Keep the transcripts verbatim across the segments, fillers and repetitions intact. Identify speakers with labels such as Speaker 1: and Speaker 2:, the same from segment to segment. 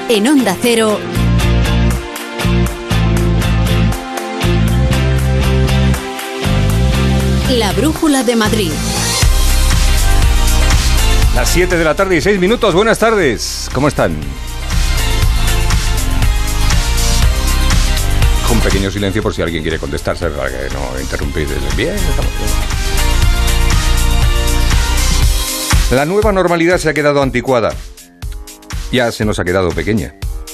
Speaker 1: En Onda Cero, La Brújula de Madrid.
Speaker 2: Las siete de la tarde y seis minutos. Buenas tardes. ¿Cómo están? Un pequeño silencio por si alguien quiere contestarse, para que no interrumpir. Bien, estamos bien. La nueva normalidad se ha quedado anticuada. Ya se nos ha quedado pequeña.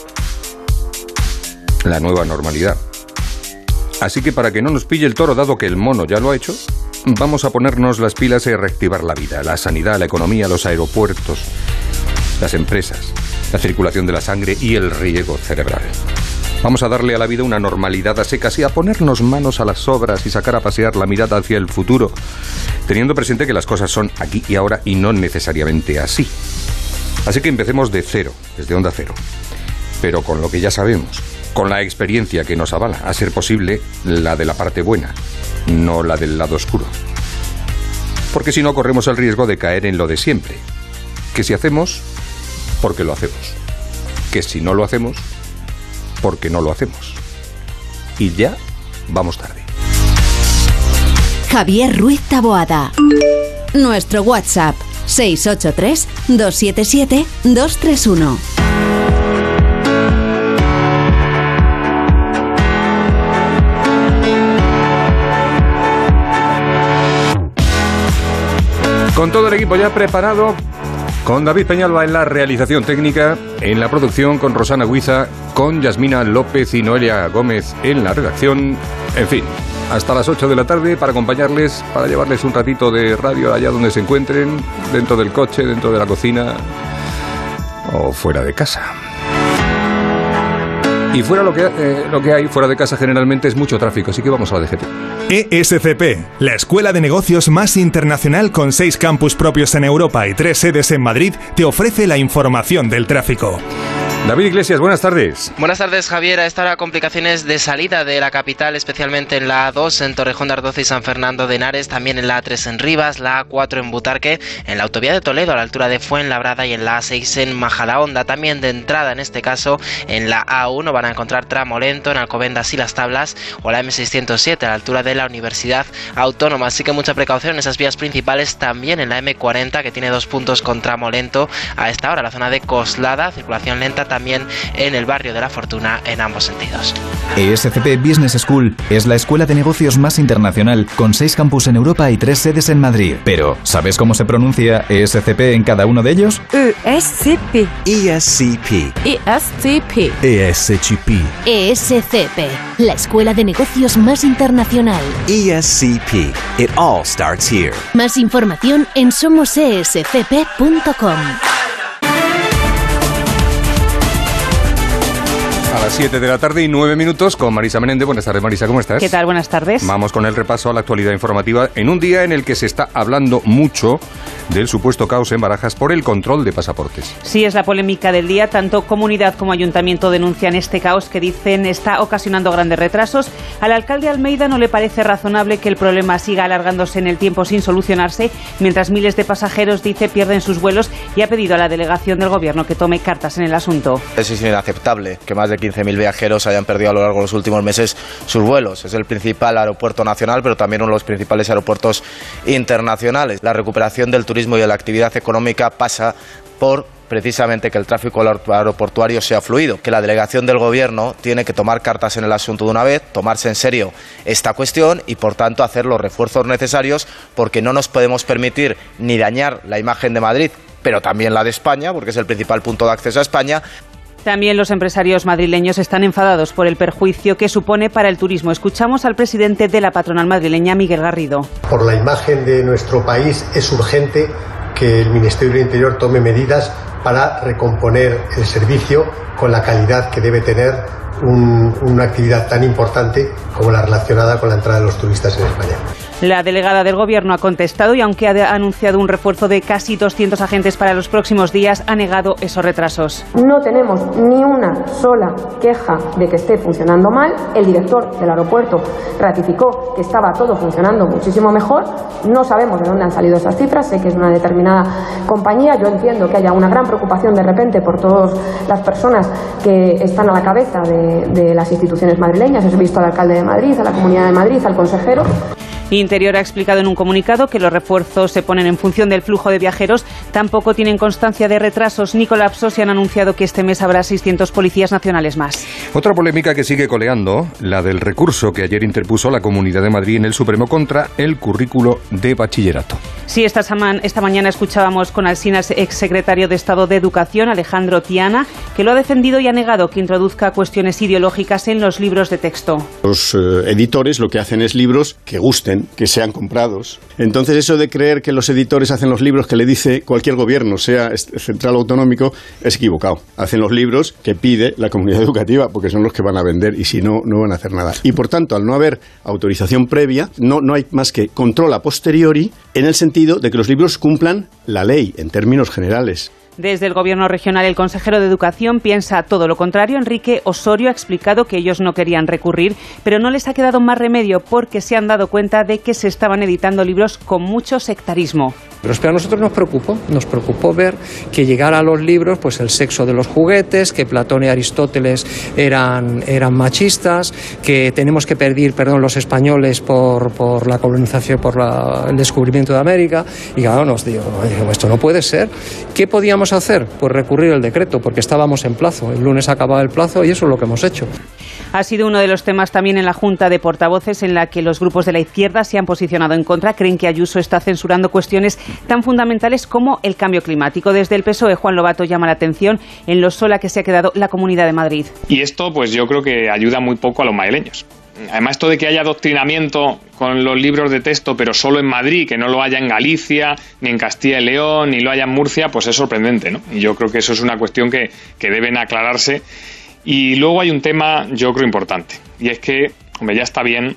Speaker 2: La nueva normalidad. Así que para que no nos pille el toro, dado que el mono ya lo ha hecho, vamos a ponernos las pilas y reactivar la vida, la sanidad, la economía, los aeropuertos, las empresas, la circulación de la sangre y el riego cerebral. Vamos a darle a la vida una normalidad a secas y a ponernos manos a las obras y sacar a pasear la mirada hacia el futuro, teniendo presente que las cosas son aquí y ahora y no necesariamente así. Así que empecemos de cero, desde Onda Cero, pero con lo que ya sabemos, con la experiencia que nos avala, a ser posible la de la parte buena, no la del lado oscuro. Porque si no corremos el riesgo de caer en lo de siempre, que si hacemos, porque lo hacemos, que si no lo hacemos, porque no lo hacemos. Y ya vamos tarde.
Speaker 1: Javier Ruiz Taboada. Nuestro WhatsApp seis ocho tres, dos siete siete, dos tres uno.
Speaker 2: Con todo el equipo ya preparado, con David Peñalba en la realización técnica, en la producción con Rosana Huiza, con Yasmina López y Noelia Gómez en la redacción. En fin, hasta las ocho de la tarde para acompañarles, para llevarles un ratito de radio allá donde se encuentren, dentro del coche, dentro de la cocina o fuera de casa. Y fuera lo que, eh, lo que hay, fuera de casa generalmente es mucho tráfico, así que vamos a la D G T.
Speaker 3: E S C P, la escuela de negocios más internacional con seis campus propios en Europa y tres sedes en Madrid, te ofrece la información del tráfico.
Speaker 2: David Iglesias, buenas tardes.
Speaker 4: Buenas tardes, Javier. A esta hora complicaciones de salida de la capital, especialmente en la A dos, en Torrejón de Ardoz y San Fernando de Henares, también en la A tres en Rivas, la A cuatro en Butarque, en la autovía de Toledo a la altura de Fuenlabrada y en la A seis en Majadahonda. También de entrada, en este caso, en la A uno van a encontrar tramo lento en Alcobendas y Las Tablas, o la M seiscientos siete a la altura de la Universidad Autónoma. Así que mucha precaución en esas vías principales, también en la M cuarenta, que tiene dos puntos con tramo lento a esta hora, la zona de Coslada, circulación lenta también en el barrio de La Fortuna en ambos sentidos.
Speaker 5: E S C P Business School es la escuela de negocios más internacional con seis campus en Europa y tres sedes en Madrid. Pero, ¿sabes cómo se pronuncia E S C P en cada uno de ellos?
Speaker 6: E S C P.
Speaker 7: E S C P.
Speaker 6: E S C P.
Speaker 7: E S C P.
Speaker 1: E S C P, la escuela de negocios más internacional.
Speaker 7: E S C P. It all starts here.
Speaker 1: Más información en somos e s c p punto com.
Speaker 2: A las siete de la tarde y nueve minutos con Marisa Menéndez. Buenas tardes, Marisa, ¿cómo estás?
Speaker 8: ¿Qué tal? Buenas tardes.
Speaker 2: Vamos con el repaso a la actualidad informativa en un día en el que se está hablando mucho del supuesto caos en Barajas por el control de pasaportes.
Speaker 8: Sí, es la polémica del día. Tanto comunidad como ayuntamiento denuncian este caos que dicen está ocasionando grandes retrasos. Al alcalde Almeida no le parece razonable que el problema siga alargándose en el tiempo sin solucionarse, mientras miles de pasajeros, dice, pierden sus vuelos, y ha pedido a la delegación del gobierno que tome cartas en el asunto.
Speaker 9: Es inaceptable que más de quince mil viajeros hayan perdido a lo largo de los últimos meses sus vuelos. Es el principal aeropuerto nacional, pero también uno de los principales aeropuertos internacionales. La recuperación del turismo y de la actividad económica pasa por precisamente que el tráfico aeroportuario sea fluido, que la delegación del gobierno tiene que tomar cartas en el asunto de una vez, tomarse en serio esta cuestión y, por tanto, hacer los refuerzos necesarios, porque no nos podemos permitir ni dañar la imagen de Madrid, pero también la de España, porque es el principal punto de acceso a España.
Speaker 8: También los empresarios madrileños están enfadados por el perjuicio que supone para el turismo. Escuchamos al presidente de la patronal madrileña, Miguel Garrido.
Speaker 10: Por la imagen de nuestro país es urgente que el Ministerio del Interior tome medidas para recomponer el servicio con la calidad que debe tener un, una actividad tan importante como la relacionada con la entrada de los turistas en España.
Speaker 8: La delegada del Gobierno ha contestado y aunque ha anunciado un refuerzo de casi doscientos agentes para los próximos días, ha negado esos retrasos.
Speaker 11: No tenemos ni una sola queja de que esté funcionando mal. El director del aeropuerto ratificó que estaba todo funcionando muchísimo mejor. No sabemos de dónde han salido esas cifras, sé que es una determinada compañía. Yo entiendo que haya una gran preocupación de repente por todas las personas que están a la cabeza de, de las instituciones madrileñas. He visto al alcalde de Madrid, a la Comunidad de Madrid, al consejero.
Speaker 8: Interior ha explicado en un comunicado que los refuerzos se ponen en función del flujo de viajeros. Tampoco tienen constancia de retrasos ni colapsos y han anunciado que este mes habrá seiscientos policías nacionales más.
Speaker 2: Otra polémica que sigue coleando, la del recurso que ayer interpuso la Comunidad de Madrid en el Supremo contra el currículo de bachillerato.
Speaker 8: Sí, esta, esta mañana escuchábamos con Alsina, exsecretario de Estado de Educación, Alejandro Tiana, que lo ha defendido y ha negado que introduzca cuestiones ideológicas en los libros de texto.
Speaker 12: Los eh, editores lo que hacen es libros que gusten, que sean comprados. Entonces eso de creer que los editores hacen los libros que le dice cualquier gobierno, sea central o autonómico, es equivocado. Hacen los libros que pide la comunidad educativa porque son los que van a vender y si no, no van a hacer nada. Y por tanto, al no haber autorización previa, no, no hay más que control a posteriori en el sentido de que los libros cumplan la ley en términos generales.
Speaker 8: Desde el Gobierno regional, el consejero de Educación piensa todo lo contrario. Enrique Osorio ha explicado que ellos no querían recurrir, pero no les ha quedado más remedio porque se han dado cuenta de que se estaban editando libros con mucho sectarismo.
Speaker 13: Pero a nosotros nos preocupó, nos preocupó ver que llegara a los libros pues el sexo de los juguetes, que Platón y Aristóteles eran, eran machistas, que tenemos que pedir perdón los españoles por, por la colonización, por la, el descubrimiento de América. Y claro, nos digo, esto no puede ser. ¿Qué podíamos hacer? Pues recurrir al decreto, porque estábamos en plazo. El lunes acababa el plazo y eso es lo que hemos hecho.
Speaker 8: Ha sido uno de los temas también en la Junta de Portavoces en la que los grupos de la izquierda se han posicionado en contra. Creen que Ayuso está censurando cuestiones tan fundamentales como el cambio climático. Desde el P S O E, Juan Lobato llama la atención en lo sola que se ha quedado la Comunidad de Madrid.
Speaker 14: Y esto, pues yo creo que ayuda muy poco a los madrileños. Además, esto de que haya adoctrinamiento con los libros de texto, pero solo en Madrid, que no lo haya en Galicia, ni en Castilla y León, ni lo haya en Murcia, pues es sorprendente, ¿no? Y yo creo que eso es una cuestión que, que deben aclararse. Y luego hay un tema, yo creo, importante, y es que, hombre, ya está bien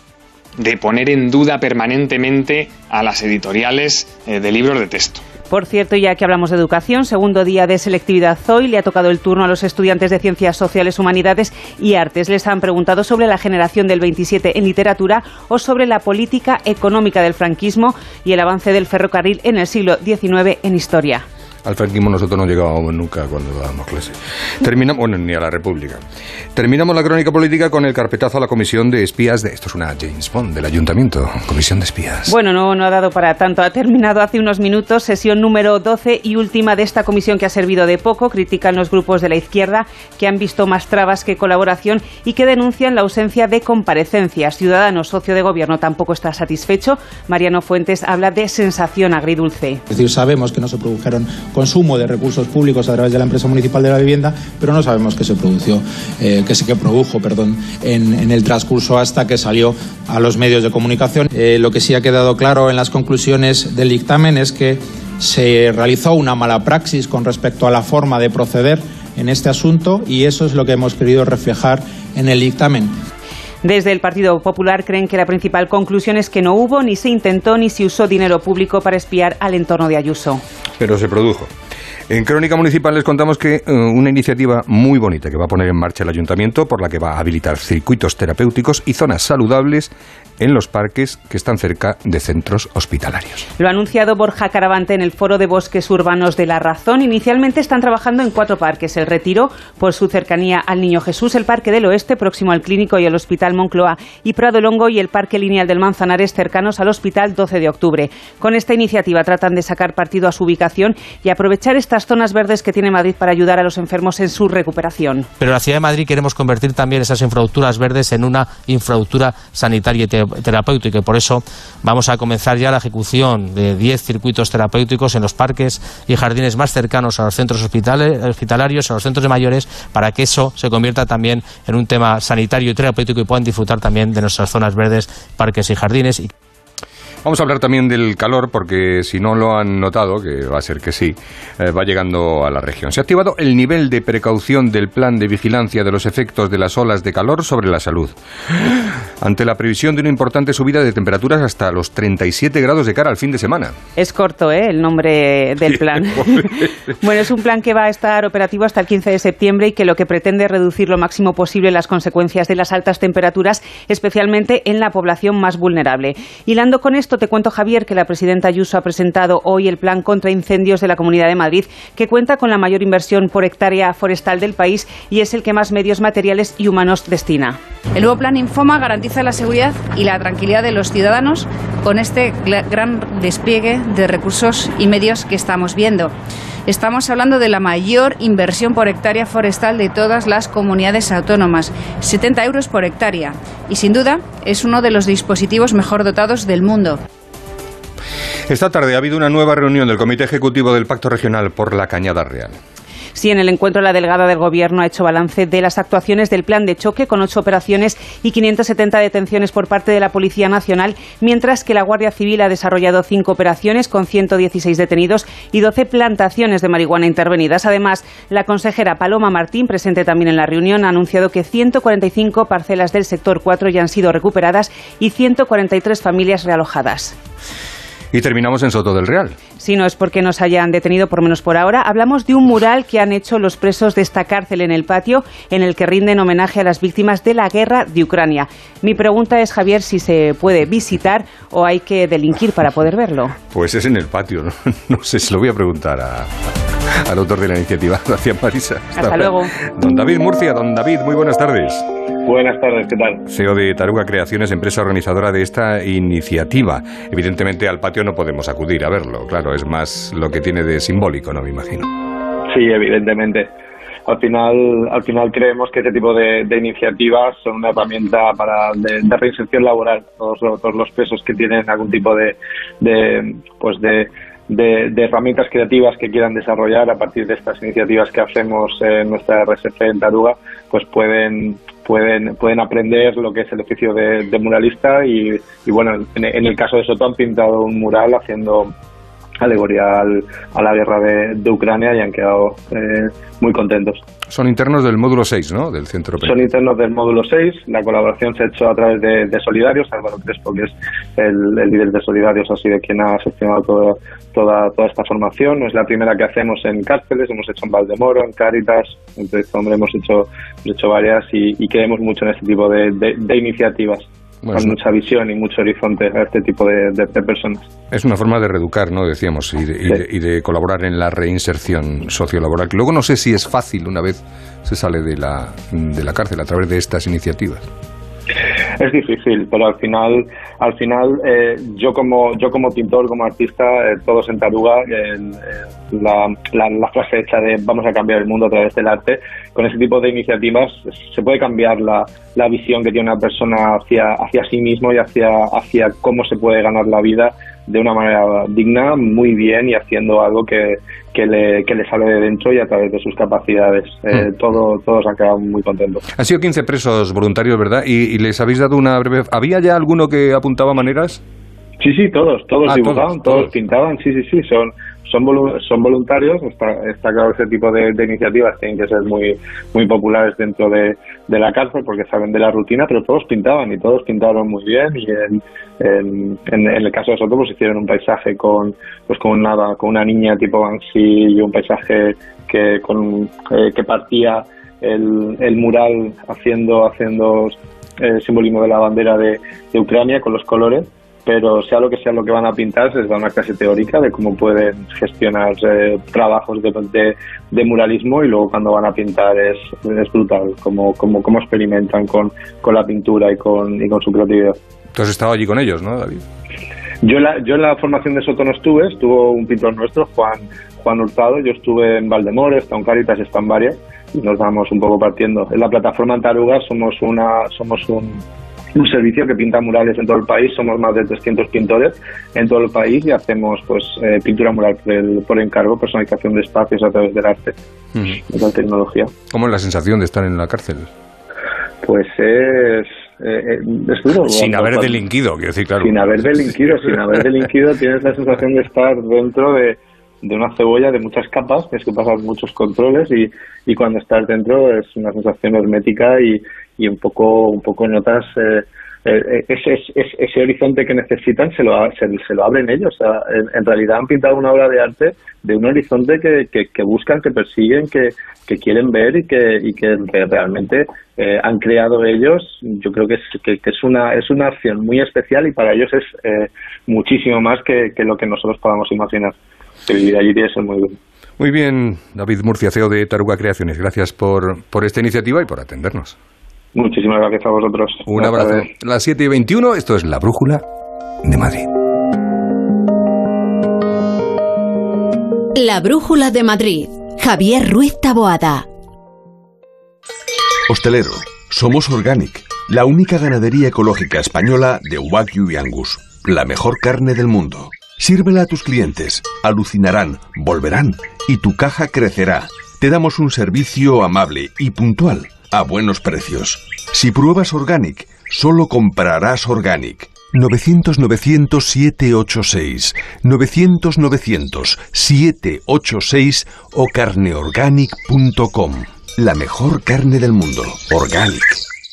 Speaker 14: de poner en duda permanentemente a las editoriales eh, de libros de texto.
Speaker 8: Por cierto, ya que hablamos de educación, segundo día de selectividad hoy, le ha tocado el turno a los estudiantes de Ciencias Sociales, Humanidades y Artes. Les han preguntado sobre la generación del veintisiete en literatura o sobre la política económica del franquismo y el avance del ferrocarril en el siglo diecinueve en historia.
Speaker 2: Al franquismo nosotros no llegábamos nunca cuando dábamos clase. Terminamos, bueno, ni a la República. Terminamos la crónica política con el carpetazo a la comisión de espías de... Esto es una James Bond del Ayuntamiento, comisión de espías.
Speaker 8: Bueno, no, no ha dado para tanto. Ha terminado hace unos minutos, sesión número doce y última de esta comisión que ha servido de poco. Critican los grupos de la izquierda que han visto más trabas que colaboración y que denuncian la ausencia de comparecencias. Ciudadanos, socio de gobierno, tampoco está satisfecho. Mariano Fuentes habla de sensación agridulce.
Speaker 15: Es decir, sabemos que no se produjeron consumo de recursos públicos a través de la empresa municipal de la vivienda, pero no sabemos qué se produjo, eh, qué se que produjo, perdón, en, en el transcurso hasta que salió a los medios de comunicación. Eh, lo que sí ha quedado claro en las conclusiones del dictamen es que se realizó una mala praxis con respecto a la forma de proceder en este asunto y eso es lo que hemos querido reflejar en el dictamen.
Speaker 8: Desde el Partido Popular creen que la principal conclusión es que no hubo, ni se intentó, ni se usó dinero público para espiar al entorno de Ayuso.
Speaker 2: Pero se produjo. En Crónica Municipal les contamos que uh, una iniciativa muy bonita que va a poner en marcha el Ayuntamiento, por la que va a habilitar circuitos terapéuticos y zonas saludables en los parques que están cerca de centros hospitalarios.
Speaker 8: Lo ha anunciado Borja Caravante en el Foro de Bosques Urbanos de La Razón. Inicialmente están trabajando en cuatro parques. El Retiro, por su cercanía al Niño Jesús, el Parque del Oeste, próximo al Clínico y al Hospital Moncloa, y Prado Longo y el Parque Lineal del Manzanares, cercanos al Hospital doce de octubre. Con esta iniciativa tratan de sacar partido a su ubicación y aprovechar estas zonas verdes que tiene Madrid para ayudar a los enfermos en su recuperación.
Speaker 16: Pero en la Ciudad de Madrid queremos convertir también esas infraestructuras verdes en una infraestructura sanitaria y te terapéutica y por eso vamos a comenzar ya la ejecución de diez circuitos terapéuticos en los parques y jardines más cercanos a los centros hospitalarios, a los centros de mayores, para que eso se convierta también en un tema sanitario y terapéutico y puedan disfrutar también de nuestras zonas verdes, parques y jardines.
Speaker 2: Vamos a hablar también del calor, porque si no lo han notado, que va a ser que sí, eh, va llegando a la región. Se ha activado el nivel de precaución del plan de vigilancia de los efectos de las olas de calor sobre la salud, ante la previsión de una importante subida de temperaturas hasta los treinta y siete grados de cara al fin de semana.
Speaker 8: Es corto, ¿eh?, el nombre del plan. Bueno, es un plan que va a estar operativo hasta el quince de septiembre y que lo que pretende es reducir lo máximo posible las consecuencias de las altas temperaturas, especialmente en la población más vulnerable. Hilando con esto, te cuento, Javier, que la presidenta Ayuso ha presentado hoy el plan contra incendios de la Comunidad de Madrid, que cuenta con la mayor inversión por hectárea forestal del país y es el que más medios materiales y humanos destina.
Speaker 17: El nuevo plan Infoma garantiza la seguridad y la tranquilidad de los ciudadanos con este gran despliegue de recursos y medios que estamos viendo. Estamos hablando de la mayor inversión por hectárea forestal de todas las comunidades autónomas, setenta euros por hectárea, y sin duda es uno de los dispositivos mejor dotados del mundo.
Speaker 2: Esta tarde ha habido una nueva reunión del Comité Ejecutivo del Pacto Regional por la Cañada Real.
Speaker 8: Sí, en el encuentro la delegada del Gobierno ha hecho balance de las actuaciones del plan de choque, con ocho operaciones y quinientas setenta detenciones por parte de la Policía Nacional, mientras que la Guardia Civil ha desarrollado cinco operaciones con ciento dieciséis detenidos y doce plantaciones de marihuana intervenidas. Además, la consejera Paloma Martín, presente también en la reunión, ha anunciado que ciento cuarenta y cinco parcelas del sector cuatro ya han sido recuperadas y ciento cuarenta y tres familias realojadas.
Speaker 2: Y terminamos en Soto del Real.
Speaker 8: Si no es porque nos hayan detenido, por menos por ahora, hablamos de un mural que han hecho los presos de esta cárcel en el patio, en el que rinden homenaje a las víctimas de la guerra de Ucrania. Mi pregunta es, Javier, si se puede visitar o hay que delinquir para poder verlo.
Speaker 2: Pues es en el patio, ¿no? No sé, se lo voy a preguntar a, al autor de la iniciativa. Gracias, Marisa.
Speaker 8: Hasta, Hasta luego.
Speaker 2: Don David Murcia. Don David, muy buenas tardes.
Speaker 18: Buenas tardes, ¿qué tal?
Speaker 2: C E O de Taruga Creaciones, empresa organizadora de esta iniciativa. Evidentemente al patio no podemos acudir a verlo, claro, es más lo que tiene de simbólico, ¿no? Me imagino.
Speaker 18: Sí, evidentemente. Al final, al final creemos que este tipo de, de iniciativas son una herramienta para de, de reinserción laboral. Todos, todos los presos que tienen algún tipo de, de pues de De, de herramientas creativas que quieran desarrollar a partir de estas iniciativas que hacemos en nuestra R S C en Taruga, pues pueden pueden pueden aprender lo que es el oficio de, de muralista y, y bueno, en, en el caso de Soto han pintado un mural haciendo alegoría al, a la guerra de, de Ucrania y han quedado eh, muy contentos.
Speaker 2: Son internos del módulo seis, ¿no? Del centro.
Speaker 18: Son internos del módulo seis. La colaboración se ha hecho a través de, de Solidarios. Álvaro Crespo, que es el, el líder de Solidarios, ha sido quien ha gestionado todo, toda, toda esta formación. No es la primera que hacemos en cárceles, hemos hecho en Valdemoro, en Cáritas, en Proyecto Hombre hemos hecho, hemos hecho varias y, y creemos mucho en este tipo de, de, de iniciativas. Bueno, con mucha visión y mucho horizonte a este tipo de, de, de personas.
Speaker 2: Es una forma de reeducar, ¿no? Decíamos, y de, sí. y, de, y de colaborar en la reinserción sociolaboral. Que luego no sé si es fácil una vez se sale de la, de la cárcel a través de estas iniciativas.
Speaker 18: Es difícil, pero al final, al final eh, yo como yo como pintor, como artista, eh, todos en Taruga, eh, la, la, la frase hecha de vamos a cambiar el mundo a través del arte, con ese tipo de iniciativas se puede cambiar la, la visión que tiene una persona hacia, hacia sí mismo y hacia, hacia cómo se puede ganar la vida de una manera digna, muy bien y haciendo algo que, que, le, que le sale de dentro y a través de sus capacidades. Eh, mm. todo, todos han quedado muy contentos.
Speaker 2: Han sido quince presos voluntarios, ¿verdad? ¿Y, y les habéis dado una breve... ¿Había ya alguno que apuntaba maneras?
Speaker 18: Sí, sí, todos, todos
Speaker 2: ah,
Speaker 18: dibujaban, todos,
Speaker 2: todos,
Speaker 18: todos pintaban, sí, sí, sí, son... Son, volu- son voluntarios, está, está claro que ese tipo de, de iniciativas tienen que ser muy muy populares dentro de, de la cárcel porque saben de la rutina, pero todos pintaban y todos pintaron muy bien y en, en, en, en el caso de Soto pues hicieron un paisaje con pues con una, con una niña tipo Banksy y un paisaje que con eh, que partía el, el mural haciendo haciendo el simbolismo de la bandera de, de Ucrania con los colores. Pero sea lo que sea lo que van a pintar, se les da una clase teórica de cómo pueden gestionar eh, trabajos de, de, de muralismo y luego cuando van a pintar es, es brutal, cómo, cómo, cómo experimentan con, con la pintura y con, y con su creatividad.
Speaker 2: Tú has estado allí con ellos, ¿no, David?
Speaker 18: Yo en la, yo en la formación de Soto no estuve, estuvo un pintor nuestro, Juan Juan Hurtado, yo estuve en Valdemoro, está en Cáritas, está en varias y nos vamos un poco partiendo. En la plataforma en Taruga somos, una, somos un... un servicio que pinta murales en todo el país, somos más de trescientos pintores en todo el país y hacemos pues eh, pintura mural por, el, por encargo, personalización de espacios a través del arte, uh-huh. de la tecnología.
Speaker 2: ¿Cómo es la sensación de estar en la cárcel?
Speaker 18: Pues es, eh, es duro.
Speaker 2: Sin
Speaker 18: cuando,
Speaker 2: haber
Speaker 18: cuando,
Speaker 2: delinquido, quiero decir, claro.
Speaker 18: Sin haber delinquido, sin haber delinquido, tienes la sensación de estar dentro de, de una cebolla de muchas capas, tienes que pasar muchos controles y, y cuando estás dentro es una sensación hermética y, y un poco un poco notas eh, eh, ese, ese, ese horizonte que necesitan se lo, se, se lo abren ellos. O sea, en, en realidad han pintado una obra de arte de un horizonte que, que, que buscan, que persiguen, que, que quieren ver y que, y que realmente eh, han creado ellos. Yo creo que es, que, que es una es una acción muy especial y para ellos es eh, muchísimo más que, que lo que nosotros podamos imaginar. Que vivir allí tiene que ser muy bien.
Speaker 2: Muy bien, David Murcia, C E O de Taruga Creaciones. Gracias por, por esta iniciativa y por atendernos.
Speaker 18: Muchísimas gracias a vosotros.
Speaker 2: Un abrazo. Las siete y veintiuno, esto es La Brújula de Madrid.
Speaker 1: La Brújula de Madrid. Javier Ruiz Taboada.
Speaker 19: Hostelero, somos Organic, la única ganadería ecológica española de Wagyu y Angus, la mejor carne del mundo. Sírvela a tus clientes, alucinarán, volverán y tu caja crecerá. Te damos un servicio amable y puntual, a buenos precios. Si pruebas Organic, solo comprarás Organic. novecientos novecientos siete ocho seis, novecientos novecientos siete ocho seis o carneorganic punto com. La mejor carne del mundo. Organic.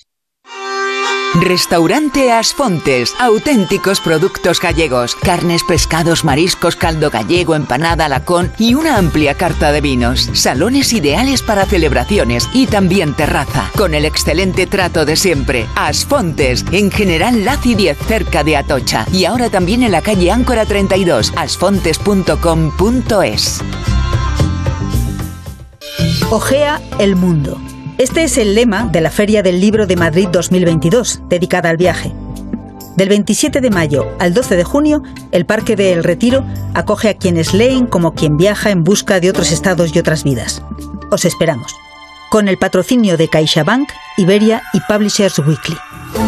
Speaker 20: Restaurante Asfontes, auténticos productos gallegos, carnes, pescados, mariscos, caldo gallego, empanada, lacón y una amplia carta de vinos. Salones ideales para celebraciones y también terraza, con el excelente trato de siempre. Asfontes, en General Laci diez, cerca de Atocha, y ahora también en la calle Áncora treinta y dos, asfontes punto com punto es.
Speaker 21: Ojea el mundo. Este es el lema de la Feria del Libro de Madrid dos mil veintidós, dedicada al viaje. Del veintisiete de mayo al doce de junio, el Parque de El Retiro acoge a quienes leen como quien viaja en busca de otros estados y otras vidas. Os esperamos. Con el patrocinio de CaixaBank, Iberia y Publishers Weekly.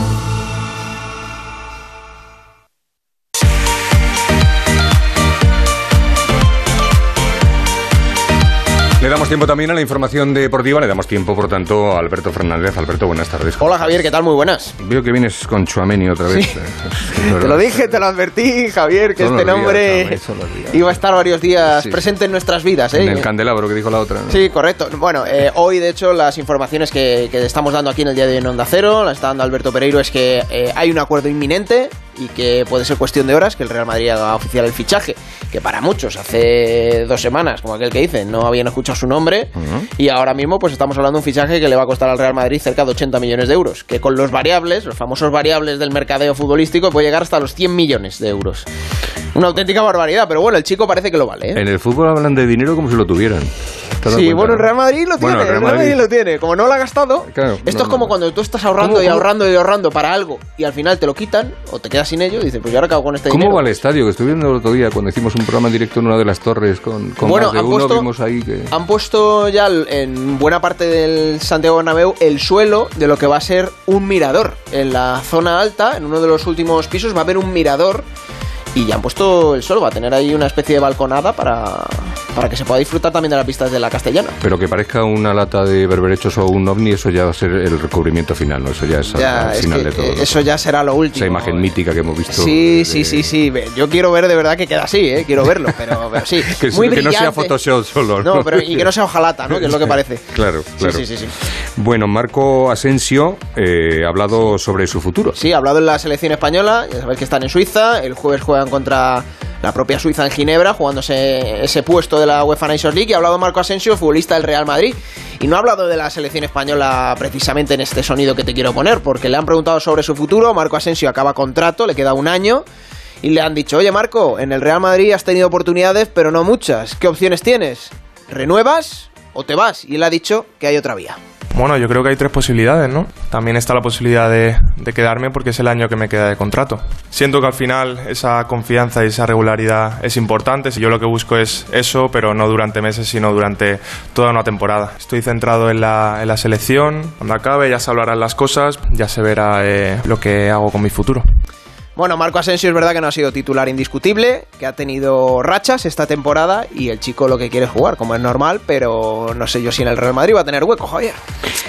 Speaker 2: Le damos tiempo también a la información deportiva, le damos tiempo, por tanto, a Alberto Fernández. Alberto, buenas tardes.
Speaker 22: Hola, Javier, ¿qué tal? Muy buenas.
Speaker 2: Veo que vienes con Tchouaméni otra vez.
Speaker 22: Sí. Te lo dije, te lo advertí, Javier, que
Speaker 2: son
Speaker 22: este nombre
Speaker 2: días, días.
Speaker 22: iba a estar varios días sí. presente en nuestras vidas. ¿eh?
Speaker 2: En el candelabro que dijo la otra, ¿no?
Speaker 22: Sí, correcto. Bueno, eh, hoy, de hecho, las informaciones que, que estamos dando aquí en el día de hoy en Onda Cero, las está dando Alberto Pereiro, es que eh, hay un acuerdo inminente y que puede ser cuestión de horas que el Real Madrid haga oficial el fichaje, que para muchos hace dos semanas, como aquel que dice, no habían escuchado su nombre. Uh-huh. Y ahora mismo pues estamos hablando de un fichaje que le va a costar al Real Madrid cerca de ochenta millones de euros, que con los variables, los famosos variables del mercadeo futbolístico, puede llegar hasta los cien millones de euros. Una auténtica barbaridad, pero bueno, el chico parece que lo vale, ¿eh?
Speaker 2: En el fútbol hablan de dinero como si lo tuvieran.
Speaker 22: Sí, bueno, el Real Madrid lo tiene, bueno, el Real Madrid... Madrid lo tiene. Como no lo ha gastado,
Speaker 2: claro,
Speaker 22: esto
Speaker 2: no,
Speaker 22: es como
Speaker 2: no.
Speaker 22: cuando tú estás ahorrando ¿Cómo, y ahorrando cómo? y ahorrando para algo y al final te lo quitan o te quedas sin ello y dices, pues yo ahora acabo con este
Speaker 2: ¿Cómo
Speaker 22: dinero.
Speaker 2: ¿Cómo va el estadio? Que estuve viendo el otro día cuando hicimos un programa en directo en una de las torres con, con
Speaker 22: bueno,
Speaker 2: más de
Speaker 22: han
Speaker 2: uno,
Speaker 22: puesto,
Speaker 2: vimos ahí que...
Speaker 22: han puesto ya en buena parte del Santiago Bernabéu el suelo de lo que va a ser un mirador. En la zona alta, en uno de los últimos pisos, va a haber un mirador. Y ya han puesto el suelo, va a tener ahí una especie de balconada para, para que se pueda disfrutar también de las pistas de la Castellana.
Speaker 2: Pero que parezca una lata de berberechos o un ovni, eso ya va a ser el recubrimiento final, ¿no? Eso ya es
Speaker 22: ya,
Speaker 2: al
Speaker 22: es
Speaker 2: final
Speaker 22: que,
Speaker 2: de todo, ¿no?
Speaker 22: Eso ya será lo último.
Speaker 2: Esa imagen ¿no? mítica que hemos visto.
Speaker 22: Sí,
Speaker 2: de...
Speaker 22: sí, sí, sí. Yo quiero ver de verdad que queda así, ¿eh? Quiero verlo, pero, pero sí.
Speaker 2: que,
Speaker 22: muy
Speaker 2: que
Speaker 22: brillante.
Speaker 2: no sea Photoshop solo, ¿no?
Speaker 22: No, pero y que no sea hojalata, ¿no? Que es lo que parece.
Speaker 2: Claro, claro.
Speaker 22: Sí, sí, sí, sí.
Speaker 2: Bueno, Marco Asensio eh, ha hablado sobre su futuro.
Speaker 22: Sí, ha hablado en la selección española. Ya sabéis que están en Suiza. El jueves juegan contra la propia Suiza en Ginebra, jugándose ese puesto de la UEFA Nations League. Y ha hablado Marco Asensio, futbolista del Real Madrid. Y no ha hablado de la selección española precisamente en este sonido que te quiero poner, porque le han preguntado sobre su futuro. Marco Asensio acaba contrato, le queda un año. Y le han dicho, oye Marco, en el Real Madrid has tenido oportunidades, pero no muchas. ¿Qué opciones tienes? ¿Renuevas o te vas? Y él ha dicho que hay otra vía.
Speaker 23: Bueno, yo creo que hay tres posibilidades, ¿no? También está la posibilidad de, de quedarme porque es el año que me queda de contrato. Siento que al final esa confianza y esa regularidad es importante. Si yo lo que busco es eso, pero no durante meses, sino durante toda una temporada. Estoy centrado en la, en la selección. Cuando acabe ya se hablarán las cosas, ya se verá eh, lo que hago con mi futuro.
Speaker 22: Bueno, Marco Asensio es verdad que no ha sido titular indiscutible, que ha tenido rachas esta temporada y el chico lo que quiere es jugar, como es normal, pero no sé yo si en el Real Madrid va a tener hueco, Javier.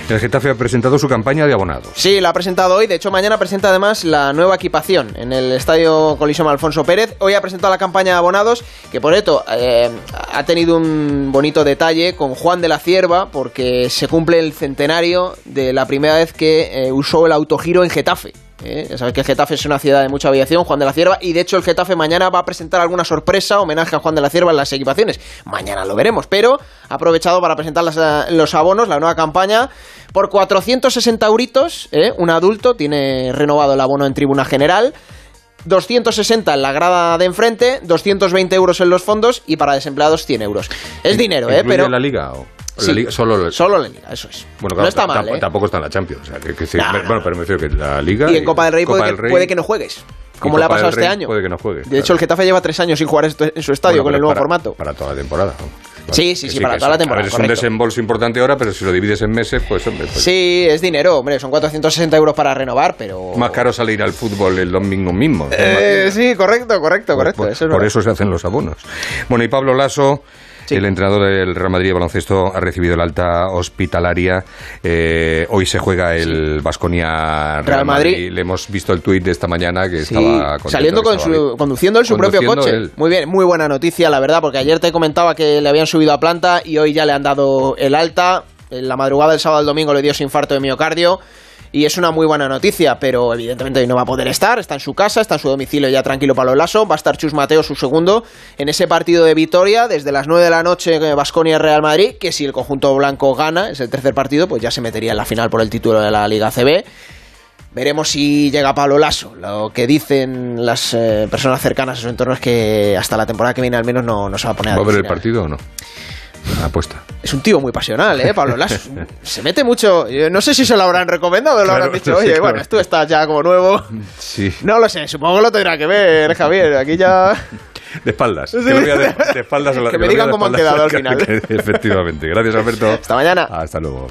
Speaker 2: El Getafe ha presentado su campaña de abonados.
Speaker 22: Sí, la ha presentado hoy. De hecho, mañana presenta además la nueva equipación en el Estadio Coliseum Alfonso Pérez. Hoy ha presentado la campaña de abonados, que por esto eh, ha tenido un bonito detalle con Juan de la Cierva, porque se cumple el centenario de la primera vez que eh, usó el autogiro en Getafe. Eh, ya sabéis que Getafe es una ciudad de mucha aviación, Juan de la Cierva, y de hecho el Getafe mañana va a presentar alguna sorpresa, homenaje a Juan de la Cierva en las equipaciones. Mañana lo veremos, pero ha aprovechado para presentar las, los abonos, la nueva campaña, por cuatrocientos sesenta euritos, eh, un adulto tiene renovado el abono en tribuna general, doscientos sesenta en la grada de enfrente, doscientos veinte euros en los fondos y para desempleados cien euros. Es dinero, eh, pero...
Speaker 2: la Liga o...?
Speaker 22: Sí,
Speaker 2: la Liga, solo,
Speaker 22: solo la Liga, eso es.
Speaker 2: Bueno, claro,
Speaker 22: no está mal,
Speaker 2: t-
Speaker 22: ¿eh?
Speaker 2: Tampoco está en la Champions. O sea, que, que sí,
Speaker 22: nah,
Speaker 2: me, bueno, pero me refiero que la Liga...
Speaker 22: Y en Copa del Rey,
Speaker 2: Copa
Speaker 22: puede,
Speaker 2: del
Speaker 22: que,
Speaker 2: Rey
Speaker 22: puede que no juegues. Como le ha pasado este año.
Speaker 2: Puede que no juegues.
Speaker 22: De hecho,
Speaker 2: claro.
Speaker 22: el Getafe lleva tres años sin jugar en su estadio, bueno, con el nuevo
Speaker 2: para,
Speaker 22: formato.
Speaker 2: Para toda la temporada, ¿no? Claro.
Speaker 22: Sí, sí, sí,
Speaker 2: sí,
Speaker 22: para toda la temporada.
Speaker 2: A ver, es un desembolso importante ahora, pero si lo divides en meses, pues hombre... Pues,
Speaker 22: sí, es dinero, hombre, son cuatrocientos sesenta euros para renovar, pero...
Speaker 2: Más caro salir al fútbol el domingo mismo.
Speaker 22: Eh, sí, correcto, correcto, correcto.
Speaker 2: Por,
Speaker 22: eso es
Speaker 2: por
Speaker 22: verdad.
Speaker 2: eso se hacen los abonos. Bueno, y Pablo Laso... Sí. El entrenador del Real Madrid de baloncesto ha recibido el alta hospitalaria. Eh, hoy se juega el Baskonia Real, Real Madrid. Madrid. Le hemos visto el tuit de esta mañana que sí. estaba contento,
Speaker 22: saliendo con
Speaker 2: estaba
Speaker 22: su, conduciendo él su
Speaker 2: conduciendo
Speaker 22: propio coche.
Speaker 2: Él.
Speaker 22: Muy bien, muy buena noticia, la verdad, porque ayer te comentaba que le habían subido a planta y hoy ya le han dado el alta. En la madrugada del sábado al domingo le dio su infarto de miocardio. Y es una muy buena noticia, pero evidentemente hoy no va a poder estar, está en su casa, está en su domicilio ya tranquilo Pablo Laso, va a estar Chus Mateo, su segundo, en ese partido de Vitoria, desde las nueve de la noche, Baskonia-Real Madrid, que si el conjunto blanco gana, es el tercer partido, pues ya se metería en la final por el título de la Liga A C B. Veremos si llega Pablo Laso. Lo que dicen las eh, personas cercanas a su entorno es que hasta la temporada que viene al menos no, no se va a poner a
Speaker 2: ¿Va a ver el partido o no? Una apuesta.
Speaker 22: Es un tío muy pasional, ¿eh? Pablo Laso. Se mete mucho. Yo no sé si se lo habrán recomendado o lo claro, habrán dicho. Oye, sí, claro. Bueno, tú estás ya como nuevo.
Speaker 2: Sí.
Speaker 22: No lo sé, supongo que lo tendrá que ver, Javier. Aquí ya...
Speaker 2: De espaldas. Sí. Que, lo voy a de, de espaldas a la,
Speaker 22: que me que digan cómo han quedado al final.
Speaker 2: Efectivamente. Gracias, Alberto.
Speaker 22: Hasta mañana.
Speaker 2: Hasta luego.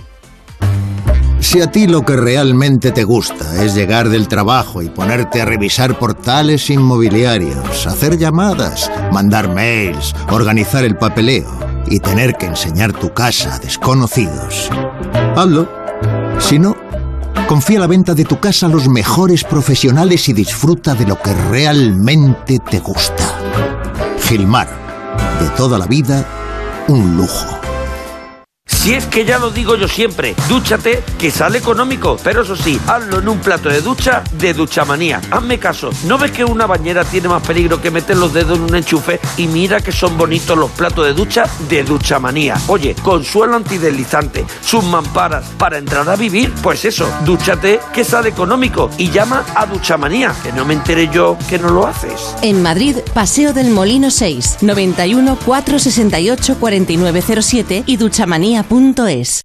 Speaker 3: Si a ti lo que realmente te gusta es llegar del trabajo y ponerte a revisar portales inmobiliarios, hacer llamadas, mandar mails, organizar el papeleo y tener que enseñar tu casa a desconocidos, hazlo. Si no, confía la venta de tu casa a los mejores profesionales y disfruta de lo que realmente te gusta. Gilmar, de toda la vida, un lujo.
Speaker 4: Si es que ya lo digo yo siempre, dúchate que sale económico, pero eso sí, hazlo en un plato de ducha de Duchamanía. Hazme caso, ¿no ves que una bañera tiene más peligro que meter los dedos en un enchufe? Y mira que son bonitos los platos de ducha de Duchamanía. Oye, con suelo antideslizante, sus mamparas, para entrar a vivir, pues eso, dúchate que sale económico y llama a Duchamanía, que no me enteré yo que no lo haces.
Speaker 1: En Madrid, Paseo del Molino seis, noventa y uno, cuatrocientos sesenta y ocho, cuarenta y nueve cero siete y duchamanía punto es.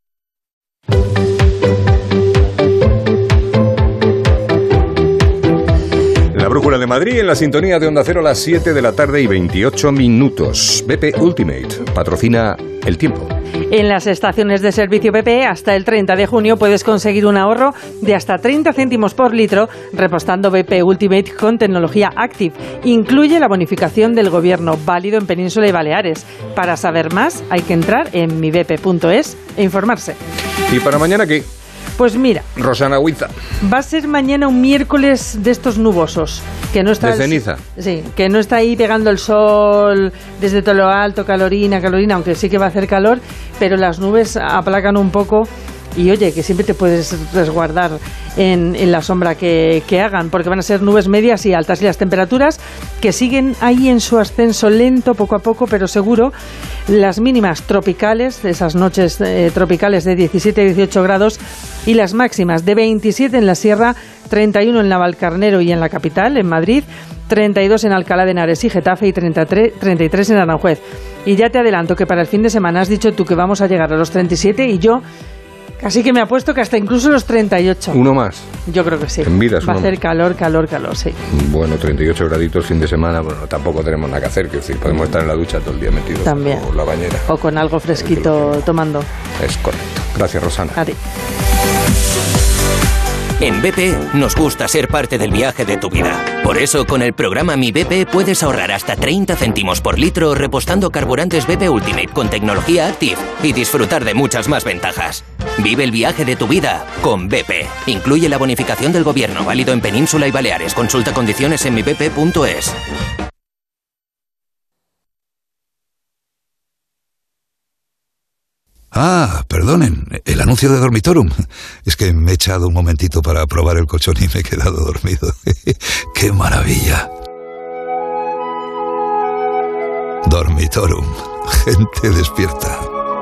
Speaker 2: La Brújula de Madrid en la sintonía de Onda Cero a las siete de la tarde y veintiocho minutos. B P Ultimate patrocina el tiempo.
Speaker 6: En las estaciones de servicio B P E hasta el treinta de junio puedes conseguir un ahorro de hasta treinta céntimos por litro repostando B P Ultimate con tecnología Active. Incluye la bonificación del gobierno válido en Península y Baleares. Para saber más hay que entrar en mi b p punto es e informarse.
Speaker 2: ¿Y para mañana qué?
Speaker 6: Pues mira,
Speaker 2: Rosana Huiza.
Speaker 6: Va a ser mañana un miércoles de estos nubosos, que no está
Speaker 2: de ceniza.
Speaker 6: El, sí, que no está ahí pegando el sol desde todo lo alto, calorina, calorina, aunque sí que va a hacer calor, pero las nubes aplacan un poco. Y oye, que siempre te puedes resguardar en, en la sombra que, que hagan, porque van a ser nubes medias y altas y las temperaturas que siguen ahí en su ascenso lento, poco a poco, pero seguro. Las mínimas tropicales, esas noches eh, tropicales de diecisiete a dieciocho grados, y las máximas de veintisiete en la Sierra, treinta y uno en Navalcarnero y en la capital, en Madrid, treinta y dos en Alcalá de Henares y Getafe y treinta y tres en Aranjuez. Y ya te adelanto que para el fin de semana has dicho tú que vamos a llegar a los treinta y siete y yo... Así que me apuesto que hasta incluso los treinta y ocho.
Speaker 2: ¿Uno más?
Speaker 6: Yo creo que sí.
Speaker 2: En vidas,
Speaker 6: va a hacer calor, calor, calor, sí.
Speaker 2: Bueno, treinta y ocho graditos fin de semana, bueno, tampoco tenemos nada que hacer, que decir, podemos estar en la ducha todo el día metidos
Speaker 6: también,
Speaker 2: o la bañera.
Speaker 6: O con algo fresquito tomando.
Speaker 2: Es correcto. Gracias, Rosana.
Speaker 6: A ti.
Speaker 5: En B P nos gusta ser parte del viaje de tu vida. Por eso, con el programa Mi B P puedes ahorrar hasta treinta céntimos por litro repostando carburantes B P Ultimate con tecnología Active y disfrutar de muchas más ventajas. Vive el viaje de tu vida con B P. Incluye la bonificación del gobierno, válido en Península y Baleares. Consulta condiciones en mi b p punto es.
Speaker 7: Ah, perdonen, el anuncio de Dormitorum. Es que me he echado un momentito para probar el colchón y me he quedado dormido. ¡Qué maravilla! Dormitorum, gente despierta.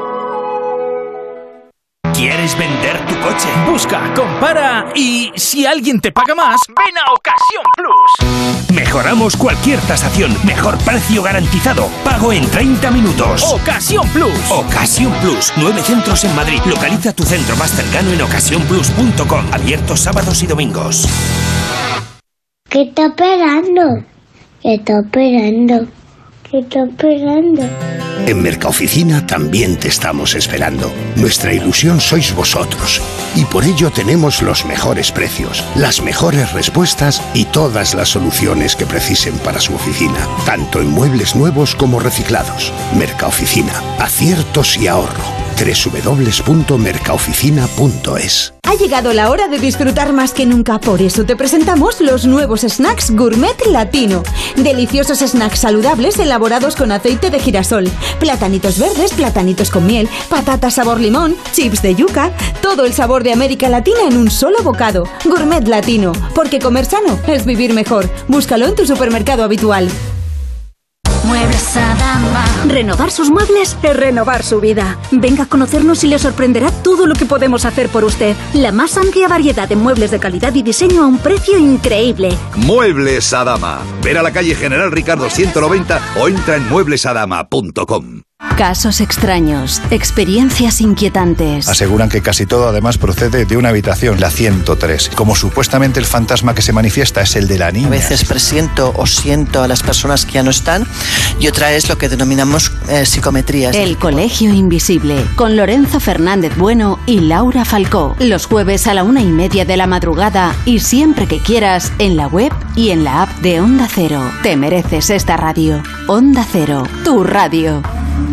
Speaker 9: ¿Quieres vender tu coche? Busca, compara y si alguien te paga más, ven a Ocasión Plus. Mejoramos cualquier tasación, mejor precio garantizado, pago en treinta minutos. Ocasión Plus. Ocasión Plus, nueve centros en Madrid. Localiza tu centro más cercano en ocasión plus punto com, abiertos sábados y domingos.
Speaker 24: ¿Qué está esperando? ¿Qué está esperando? ¿Qué está esperando?
Speaker 25: En Mercaoficina también te estamos esperando. Nuestra ilusión sois vosotros. Y por ello tenemos los mejores precios, las mejores respuestas y todas las soluciones que precisen para su oficina. Tanto en muebles nuevos como reciclados. Mercaoficina. Aciertos y ahorro. doble u doble u doble u punto mercaoficina punto es.
Speaker 26: Ha llegado la hora de disfrutar más que nunca, por eso te presentamos los nuevos snacks Gourmet Latino. Deliciosos snacks saludables elaborados con aceite de girasol, platanitos verdes, platanitos con miel, patatas sabor limón, chips de yuca, todo el sabor de América Latina en un solo bocado. Gourmet Latino, porque comer sano es vivir mejor. Búscalo en tu supermercado habitual.
Speaker 27: Muebles Adama. Renovar sus muebles es renovar su vida. Venga a conocernos y le sorprenderá todo lo que podemos hacer por usted. La más amplia variedad de muebles de calidad y diseño a un precio increíble.
Speaker 7: Muebles Adama. Ver a la calle General Ricardo ciento noventa o entra en muebles adama punto com.
Speaker 1: Casos extraños, experiencias inquietantes.
Speaker 28: Aseguran que casi todo además procede de una habitación, la ciento tres. Como supuestamente el fantasma que se manifiesta es el de la niña.
Speaker 29: A veces presiento o siento a las personas que ya no están y otra es lo que denominamos eh, psicometrías.
Speaker 1: El Colegio Invisible, con Lorenzo Fernández Bueno y Laura Falcó. Los jueves a la una y media de la madrugada y siempre que quieras en la web y en la app de Onda Cero. Te mereces esta radio. Onda Cero, tu radio.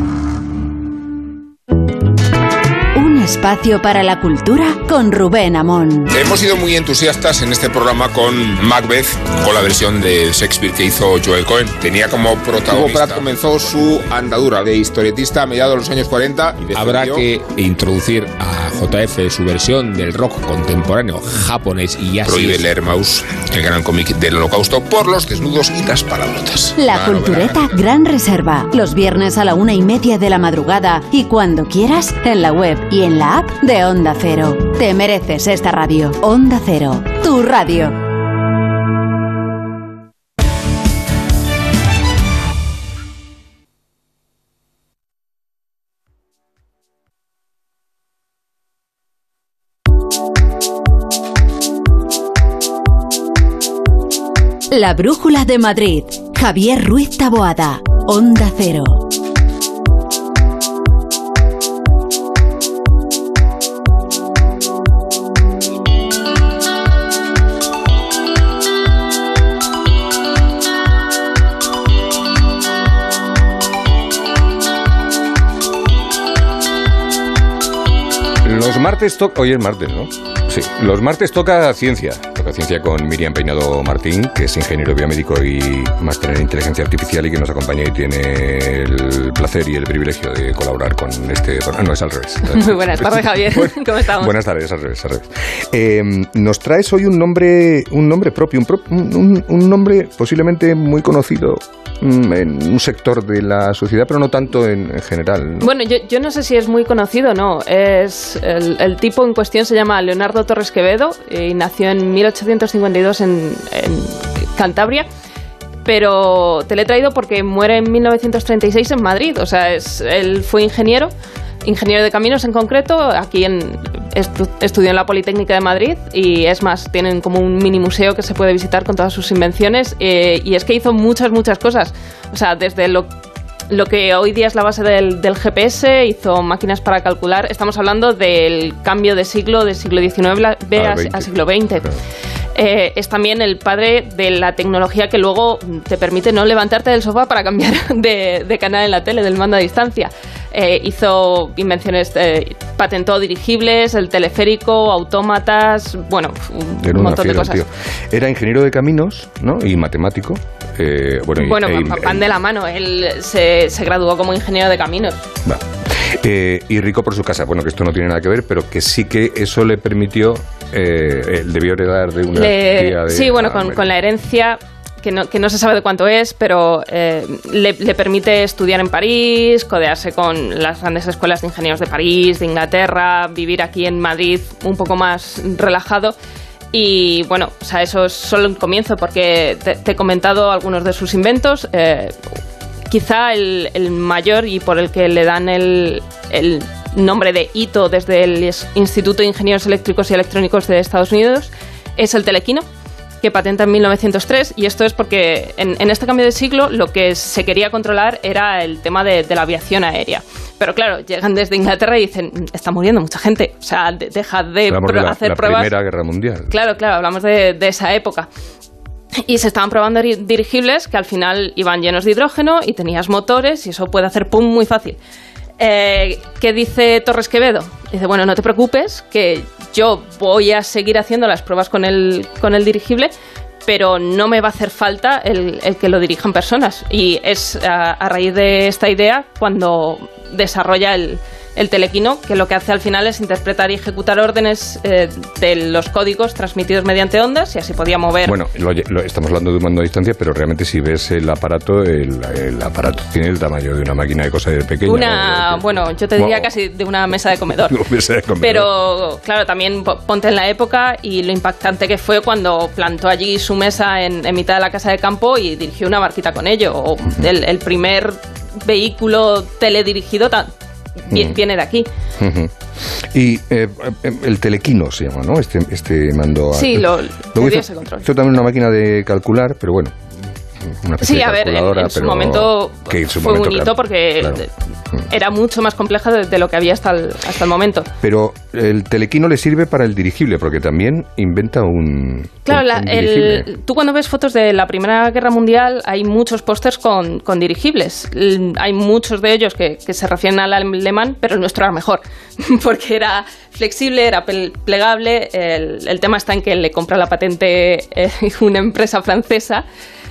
Speaker 1: Espacio para la cultura con Rubén Amón.
Speaker 30: Hemos sido muy entusiastas en este programa con Macbeth, con la versión de Shakespeare que hizo Joel Cohen. Tenía como protagonista. Hugo Pratt comenzó su andadura de historietista a mediados de los años cuarenta.
Speaker 31: Habrá que introducir a J F su versión del rock contemporáneo japonés y así.
Speaker 30: Prohíbe leer Maus, el gran cómic del Holocausto, por los desnudos y las palabrotas.
Speaker 1: La Cultureta Gran Reserva, los viernes a la una y media de la madrugada y cuando quieras en la web y en la app de Onda Cero. Te mereces esta radio. Onda Cero, tu radio. La Brújula de Madrid. Javier Ruiz Taboada. Onda Cero.
Speaker 2: Los martes toca... Hoy es martes, ¿no? Sí. Los martes toca ciencia. Toca ciencia con Miriam Peinado Martín, que es ingeniero biomédico y máster en inteligencia artificial y que nos acompaña y tiene el placer y el privilegio de colaborar con este... Ah, no, es al revés.
Speaker 32: Muy buenas tardes, Javier. ¿Cómo estamos?
Speaker 2: Buenas tardes, al revés, al revés. Eh, nos traes hoy un nombre, un nombre propio, un, pro, un, un nombre posiblemente muy conocido en un sector de la sociedad, pero no tanto en, en general, ¿no?
Speaker 32: Bueno, yo, yo no sé si es muy conocido, no. Es el, el tipo en cuestión se llama Leonardo Torres Quevedo y nació en mil ochocientos cincuenta y dos en, en Cantabria, pero te lo he traído porque muere en mil novecientos treinta y seis en Madrid. O sea, es, él fue ingeniero, ingeniero de caminos en concreto, aquí en, estu, estudió en la Politécnica de Madrid y es más, tienen como un mini museo que se puede visitar con todas sus invenciones eh, y es que hizo muchas, muchas cosas. O sea, desde lo lo que hoy día es la base del, del G P S, hizo máquinas para calcular. Estamos hablando del cambio de siglo, del siglo diecinueve a, a, a siglo veinte. Claro. Eh, es también el padre de la tecnología que luego te permite no levantarte del sofá para cambiar de, de canal en la tele, del mando a distancia. Eh, hizo invenciones, eh, patentó dirigibles, el teleférico, autómatas, bueno, un
Speaker 2: Era
Speaker 32: montón
Speaker 2: fiera,
Speaker 32: de cosas.
Speaker 2: Tío. Era ingeniero de caminos, ¿no? Y matemático. Eh, bueno, y,
Speaker 32: bueno
Speaker 2: e,
Speaker 32: van
Speaker 2: e,
Speaker 32: de la mano. Él se, se graduó como ingeniero de caminos.
Speaker 2: Va. Eh, y rico por su casa. Bueno, que esto no tiene nada que ver, pero que sí que eso le permitió, eh, él debió heredar de una
Speaker 32: le,
Speaker 2: tía de...
Speaker 32: Sí, bueno, con, con la herencia... Que no, que no se sabe de cuánto es, pero eh, le, le permite estudiar en París, codearse con las grandes escuelas de ingenieros de París, de Inglaterra, vivir aquí en Madrid un poco más relajado. Y bueno, o sea, eso es solo un comienzo, porque te, te he comentado algunos de sus inventos. Eh, quizá el, el mayor, y por el que le dan el, el nombre de hito desde el Instituto de Ingenieros Eléctricos y Electrónicos de Estados Unidos, es el telequino, que patenta en mil novecientos tres, y esto es porque en, en este cambio de siglo lo que se quería controlar era el tema de, de la aviación aérea. Pero claro, llegan desde Inglaterra y dicen, está muriendo mucha gente, o sea, de, dejad de pro-
Speaker 2: la,
Speaker 32: hacer
Speaker 2: la
Speaker 32: pruebas.
Speaker 2: La Primera Guerra Mundial.
Speaker 32: Claro, claro, hablamos de, de esa época. Y se estaban probando dirigibles que al final iban llenos de hidrógeno y tenías motores y eso puede hacer pum muy fácil. Eh, ¿Qué dice Torres Quevedo? Dice, bueno, no te preocupes, que yo voy a seguir haciendo las pruebas con el, con el dirigible, pero no me va a hacer falta el, el que lo dirijan personas. Y es a, a raíz de esta idea cuando desarrolla el, el telequino, que lo que hace al final es interpretar y ejecutar órdenes eh, de los códigos transmitidos mediante ondas, y así podía mover.
Speaker 2: Bueno, lo, lo, estamos hablando de un mando a distancia, pero realmente si ves el aparato, el, el aparato tiene el tamaño de una máquina de coser pequeña.
Speaker 32: Una,
Speaker 2: ¿no?
Speaker 32: Bueno, yo te diría
Speaker 2: wow.
Speaker 32: casi de una mesa de comedor.
Speaker 2: Una mesa de comedor.
Speaker 32: Pero, claro, también ponte en la época y lo impactante que fue cuando plantó allí su mesa en, en mitad de la casa de campo y dirigió una barquita con ello. O uh-huh. el, el primer vehículo teledirigido tan viene de aquí.
Speaker 2: Uh-huh. Y eh, el telequino se llama, ¿no? Este, este mando.
Speaker 32: Sí,
Speaker 2: a,
Speaker 32: lo,
Speaker 2: lo hizo, ese control. Hizo también una máquina de calcular, pero bueno. Una
Speaker 32: sí, a ver, en, en su momento
Speaker 2: en su
Speaker 32: fue
Speaker 2: momento,
Speaker 32: un hito
Speaker 2: claro,
Speaker 32: porque
Speaker 2: claro.
Speaker 32: era mucho más compleja de, de lo que había hasta el, hasta el momento.
Speaker 2: Pero el telequino le sirve para el dirigible, porque también inventa un.
Speaker 32: Claro,
Speaker 2: un,
Speaker 32: la,
Speaker 2: un
Speaker 32: el, tú cuando ves fotos de la Primera Guerra Mundial hay muchos pósters con, con dirigibles. Hay muchos de ellos que, que se refieren al alemán, pero el nuestro era mejor, porque era flexible, era plegable. El, el tema está en que le compra la patente eh, una empresa francesa.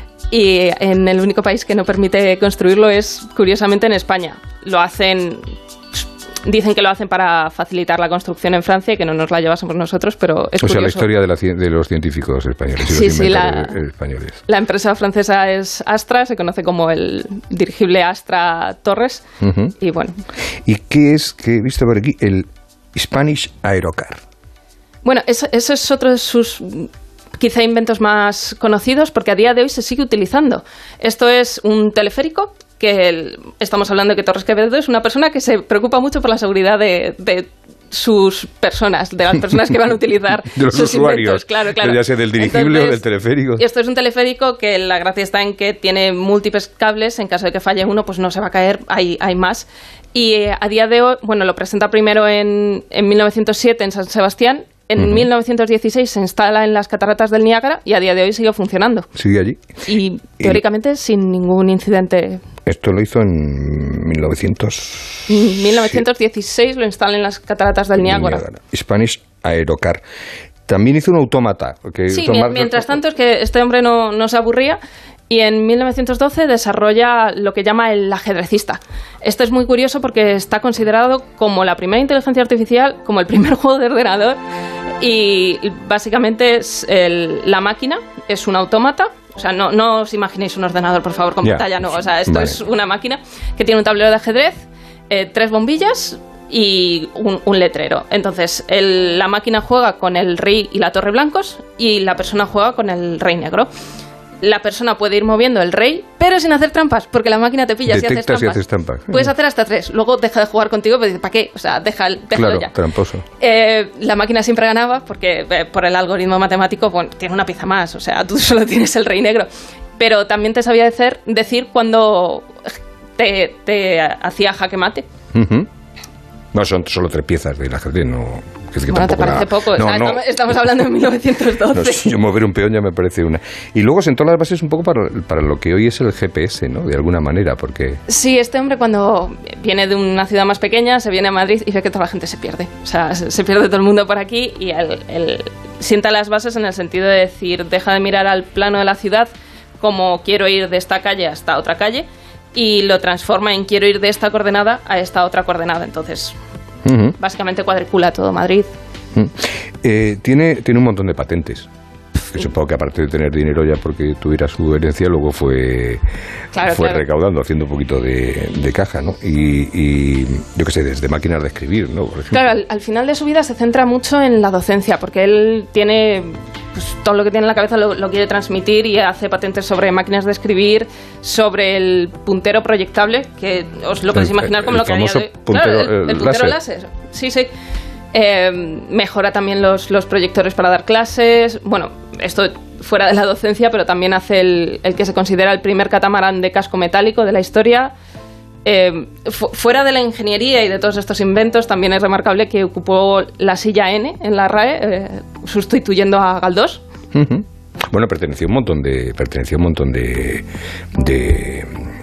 Speaker 32: Y en el único país que no permite construirlo es, curiosamente, en España. Lo hacen, dicen que lo hacen para facilitar la construcción en Francia y que no nos la llevásemos nosotros, pero es
Speaker 2: o
Speaker 32: curioso.
Speaker 2: sea, la historia de, la, de los científicos españoles. Y
Speaker 32: sí,
Speaker 2: los
Speaker 32: sí, la,
Speaker 2: españoles.
Speaker 32: La empresa francesa es Astra, se conoce como el dirigible Astra Torres. Uh-huh. Y bueno.
Speaker 2: ¿Y qué es, que he visto por aquí, el Spanish Aerocar?
Speaker 32: Bueno, eso, eso es otro de sus quizá inventos más conocidos, porque a día de hoy se sigue utilizando. Esto es un teleférico, que el, estamos hablando de que Torres Quevedo es una persona que se preocupa mucho por la seguridad de, de sus personas, de las personas que van a utilizar
Speaker 2: de los
Speaker 32: sus
Speaker 2: usuarios,
Speaker 32: inventos. Claro, claro.
Speaker 2: Ya sea del dirigible Entonces, o del teleférico.
Speaker 32: Y esto es un teleférico que la gracia está en que tiene múltiples cables, en caso de que falle uno, pues no se va a caer, hay, hay más. Y eh, a día de hoy, bueno, lo presenta primero en, en mil novecientos siete en San Sebastián. En uh-huh. mil novecientos dieciséis se instala en las cataratas del Niágara y a día de hoy sigue funcionando.
Speaker 2: Sigue allí.
Speaker 32: Y teóricamente y sin ningún incidente.
Speaker 2: Esto lo hizo en mil novecientos...
Speaker 32: mil novecientos dieciséis lo instala en las cataratas del Niágara. Niágara.
Speaker 2: Spanish Aerocar. También hizo un autómata.
Speaker 32: Sí, autómata... mientras tanto es que este hombre no, no se aburría. Y en mil novecientos doce desarrolla lo que llama el ajedrecista. Esto es muy curioso porque está considerado como la primera inteligencia artificial, como el primer juego de ordenador. Y básicamente es el, la máquina, es un autómata. O sea, no, no os imaginéis un ordenador, por favor, con yeah. pantalla, no. O sea, esto vale. es una máquina que tiene un tablero de ajedrez, eh, tres bombillas y un, un letrero. Entonces, el, la máquina juega con el rey y la torre blancos y la persona juega con el rey negro. La persona puede ir moviendo el rey, pero sin hacer trampas, porque la máquina te pilla si haces trampas.
Speaker 2: Si haces trampas.
Speaker 32: Puedes hacer hasta tres, luego deja de jugar contigo, pero dices, ¿para qué? O sea, deja, déjalo
Speaker 2: claro,
Speaker 32: ya.
Speaker 2: Tramposo.
Speaker 32: Eh, la máquina siempre ganaba, porque eh, por el algoritmo matemático, bueno, tiene una pieza más, o sea, tú solo tienes el rey negro. Pero también te sabía decir, decir cuando te, te hacía jaque mate.
Speaker 2: Uh-huh. No, son solo tres piezas del ajedrez, no... Es que
Speaker 32: bueno, ¿te parece
Speaker 2: era...
Speaker 32: poco?
Speaker 2: No,
Speaker 32: o sea,
Speaker 2: no.
Speaker 32: Estamos, estamos hablando de mil novecientos doce.
Speaker 2: No, si yo mover un peón ya me parece una... Y luego sentó las bases un poco para, para lo que hoy es el G P S, ¿no? De alguna manera, porque...
Speaker 32: Sí, este hombre cuando viene de una ciudad más pequeña, se viene a Madrid y ve que toda la gente se pierde. O sea, se pierde todo el mundo por aquí y él, él sienta las bases en el sentido de decir, deja de mirar al plano de la ciudad como quiero ir de esta calle hasta otra calle y lo transforma en quiero ir de esta coordenada a esta otra coordenada. Entonces, uh-huh. básicamente cuadricula todo Madrid.
Speaker 2: Eh, tiene, tiene un montón de patentes. Que supongo que aparte de tener dinero ya porque tuviera su herencia, luego fue,
Speaker 32: claro,
Speaker 2: fue
Speaker 32: claro.
Speaker 2: recaudando, haciendo un poquito de, de caja, ¿no? Y, y yo qué sé, desde máquinas de escribir, ¿no? Por
Speaker 32: claro, al, al final de su vida se centra mucho en la docencia, porque él tiene pues, todo lo que tiene en la cabeza lo, lo quiere transmitir y hace patentes sobre máquinas de escribir, sobre el puntero proyectable, que os lo podéis imaginar como
Speaker 2: el
Speaker 32: lo que haría de...
Speaker 2: puntero,
Speaker 32: claro, el, el puntero
Speaker 2: láser.
Speaker 32: láser. Sí, sí. Eh, mejora también los, los proyectores para dar clases. Bueno, esto fuera de la docencia, pero también hace el, el que se considera el primer catamarán de casco metálico de la historia. Eh, fu- fuera de la ingeniería y de todos estos inventos, también es remarcable que ocupó la silla N en la R A E, eh, sustituyendo a Galdós.
Speaker 2: Uh-huh. Bueno, perteneció un montón de perteneció un montón de de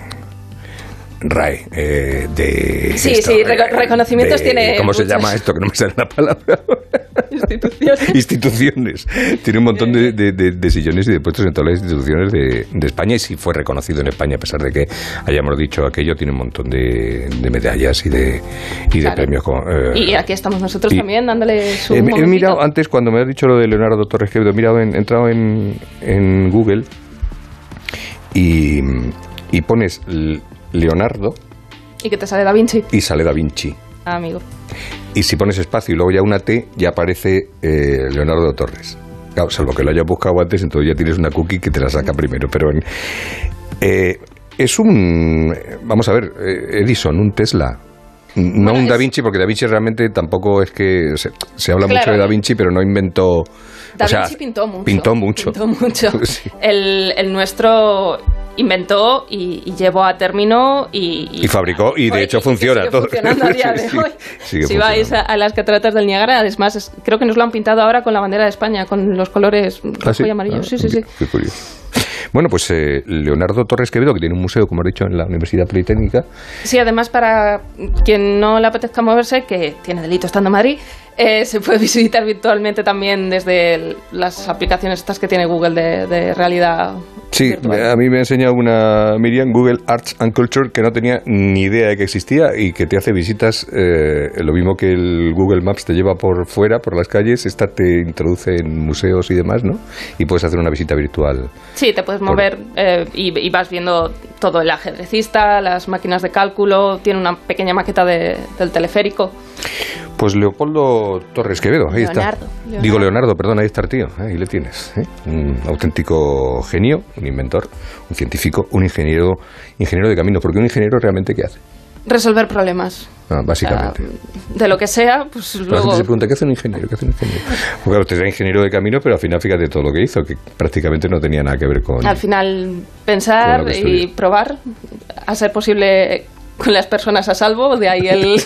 Speaker 2: R A E, eh, de...
Speaker 32: Sí,
Speaker 2: esto,
Speaker 32: sí, reco- reconocimientos
Speaker 2: de,
Speaker 32: tiene...
Speaker 2: ¿Cómo se
Speaker 32: muchos.
Speaker 2: llama esto? Que no me sale la palabra.
Speaker 32: Instituciones.
Speaker 2: Instituciones. Tiene un montón de, de, de, de sillones y de puestos en todas las instituciones de, de España y sí fue reconocido en España, a pesar de que hayamos dicho aquello, tiene un montón de, de medallas y de, y
Speaker 32: Claro.
Speaker 2: de premios. Como, eh,
Speaker 32: Y aquí estamos nosotros
Speaker 2: y-
Speaker 32: también dándole su
Speaker 2: He, he
Speaker 32: momentito.
Speaker 2: mirado antes, cuando me has dicho lo de Leonardo Torres Quevedo, he mirado en, he entrado en, en Google y, y pones L- Leonardo
Speaker 32: Y que te sale Da Vinci,
Speaker 2: y sale Da Vinci.
Speaker 32: amigo.
Speaker 2: Y si pones espacio y luego ya una T, ya aparece eh, Leonardo Torres. Claro, salvo que lo hayas buscado antes, entonces ya tienes una cookie que te la saca primero. Pero en, eh, es un... Vamos a ver, eh, Edison, un Tesla. No
Speaker 32: Bueno,
Speaker 2: un Da
Speaker 32: es-
Speaker 2: Vinci, porque Da Vinci realmente tampoco es que... Se, se habla
Speaker 32: Claro.
Speaker 2: mucho de Da Vinci, pero no inventó...
Speaker 32: Da
Speaker 2: o sea,
Speaker 32: Vinci pintó mucho.
Speaker 2: Pintó mucho.
Speaker 32: Pintó mucho.
Speaker 2: Sí.
Speaker 32: El, el nuestro inventó y, y llevó a término y...
Speaker 2: Y fabricó, y de hecho funciona
Speaker 32: sigue
Speaker 2: todo.
Speaker 32: funcionando a día de
Speaker 2: Sí,
Speaker 32: hoy.
Speaker 2: sigue
Speaker 32: Si vais a, a las cataratas del Niágara, además, es- creo que nos lo han pintado ahora con la bandera de España, con los colores rojo
Speaker 2: ¿Ah, sí?
Speaker 32: y amarillo.
Speaker 2: Ah,
Speaker 32: sí, sí, sí.
Speaker 2: qué- qué curioso. Bueno, pues eh, Leonardo Torres Quevedo, que tiene un museo, como he dicho, en la Universidad Politécnica.
Speaker 32: Sí, además, para quien no le apetezca moverse, que tiene delito estando en Madrid, eh, se puede visitar virtualmente también desde el- las aplicaciones estas que tiene Google de, de realidad.
Speaker 2: Sí,
Speaker 32: virtual.
Speaker 2: a mí me ha enseñado una Miriam, Google Arts and Culture, que no tenía ni idea de que existía y que te hace visitas, eh, lo mismo que el Google Maps te lleva por fuera, por las calles, esta te introduce en museos y demás, ¿no? Y puedes hacer una visita virtual.
Speaker 32: Sí, te puedes mover eh, y, y vas viendo todo el ajedrecista, las máquinas de cálculo, tiene una pequeña maqueta de- del teleférico.
Speaker 2: Pues Leopoldo Torres Quevedo, ahí
Speaker 32: Leonardo,
Speaker 2: está.
Speaker 32: Leonardo.
Speaker 2: Digo Leonardo, perdón, ahí está el tío, ahí le tienes. ¿eh? Un auténtico genio, un inventor, un científico, un ingeniero, ingeniero de camino, porque un ingeniero realmente ¿qué hace?
Speaker 32: Resolver problemas.
Speaker 2: Ah, básicamente.
Speaker 32: O sea, de lo que sea, pues
Speaker 2: Pero la
Speaker 32: luego...
Speaker 2: gente se pregunta, ¿qué hace un ingeniero? ¿Qué hace un ingeniero? Pues claro, usted era ingeniero de camino, pero al final fíjate todo lo que hizo, que prácticamente no tenía nada que ver con...
Speaker 32: Al final
Speaker 2: Con
Speaker 32: pensar
Speaker 2: lo que
Speaker 32: y
Speaker 2: estudió.
Speaker 32: probar, a ser posible con las personas a salvo, de ahí el,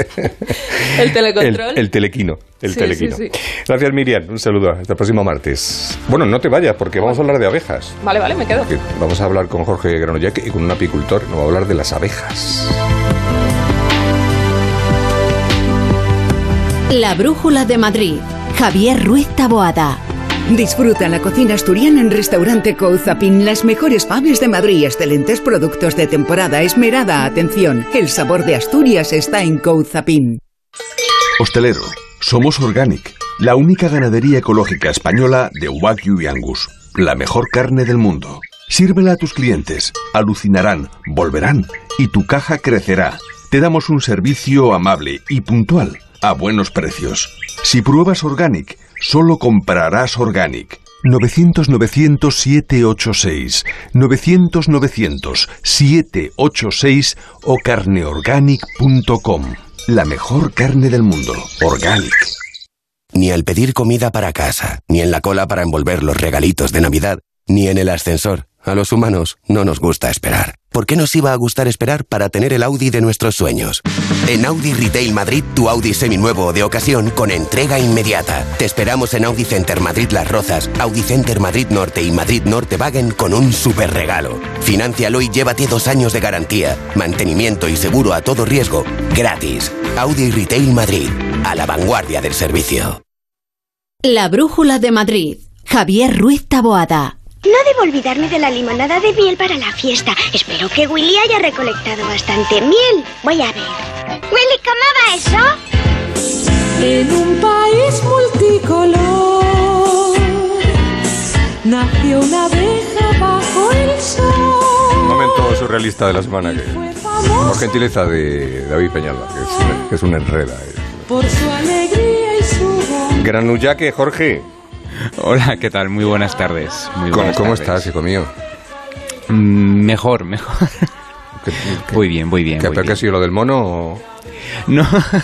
Speaker 32: el telecontrol.
Speaker 2: El, el telequino, el
Speaker 32: Sí,
Speaker 2: telequino.
Speaker 32: sí, sí.
Speaker 2: Gracias, Miriam. Un saludo. Hasta el próximo martes. Bueno, no te vayas, porque vamos a hablar de abejas.
Speaker 32: Vale, vale, me quedo.
Speaker 2: Que vamos a hablar con Jorge Granollac y con un apicultor. Nos va a hablar de las abejas.
Speaker 1: La Brújula de Madrid. Javier Ruiz Taboada.
Speaker 8: Disfruta la cocina asturiana en Restaurante Couzapin. Las mejores faves de Madrid, excelentes productos de temporada, esmerada atención. El sabor de Asturias está en Couzapin.
Speaker 10: Hostelero, somos Organic, la única ganadería ecológica española de Wagyu y Angus, la mejor carne del mundo. Sírvela a tus clientes, alucinarán, volverán y tu caja crecerá. Te damos un servicio amable y puntual, a buenos precios. Si pruebas Organic, solo comprarás Organic. novecientos novecientos siete ocho seis, novecientos novecientos siete ocho seis o carneorganic punto com. La mejor carne del mundo. Organic.
Speaker 11: Ni al pedir comida para casa, ni en la cola para envolver los regalitos de Navidad, ni en el ascensor. A los humanos no nos gusta esperar. Por por qué nos iba a gustar esperar para tener el Audi de nuestros sueños. En Audi Retail Madrid, tu Audi seminuevo o de ocasión con entrega inmediata. Te esperamos en Audi Center Madrid Las Rozas, Audi Center Madrid Norte y Madrid Norte Wagen con un super regalo. Fináncialo y llévate dos años de garantía, mantenimiento y seguro a todo riesgo, gratis. Audi Retail Madrid, a la vanguardia del servicio.
Speaker 1: La Brújula de Madrid. Javier Ruiz Taboada.
Speaker 24: No debo olvidarme de la limonada de miel para la fiesta. Espero que Willy haya recolectado bastante miel. Voy a ver. Willy, ¿cómo va eso?
Speaker 12: En un país multicolor nació una abeja bajo el sol.
Speaker 2: Momento surrealista de la semana, que por gentileza de David Peñalba, que es una, que es una enreda.
Speaker 12: Por su alegría y su bondad.
Speaker 2: Granullaque, Jorge.
Speaker 13: Hola, ¿qué tal? Muy buenas tardes. Muy
Speaker 2: ¿Cómo,
Speaker 13: buenas
Speaker 2: ¿cómo
Speaker 13: tardes.
Speaker 2: estás, hijo mío?
Speaker 13: Mm, mejor, mejor.
Speaker 2: ¿Qué, qué,
Speaker 13: muy bien, muy bien.
Speaker 2: ¿Qué,
Speaker 13: muy
Speaker 2: ¿Pero
Speaker 13: bien.
Speaker 2: qué ha sido lo del mono o...?
Speaker 13: No,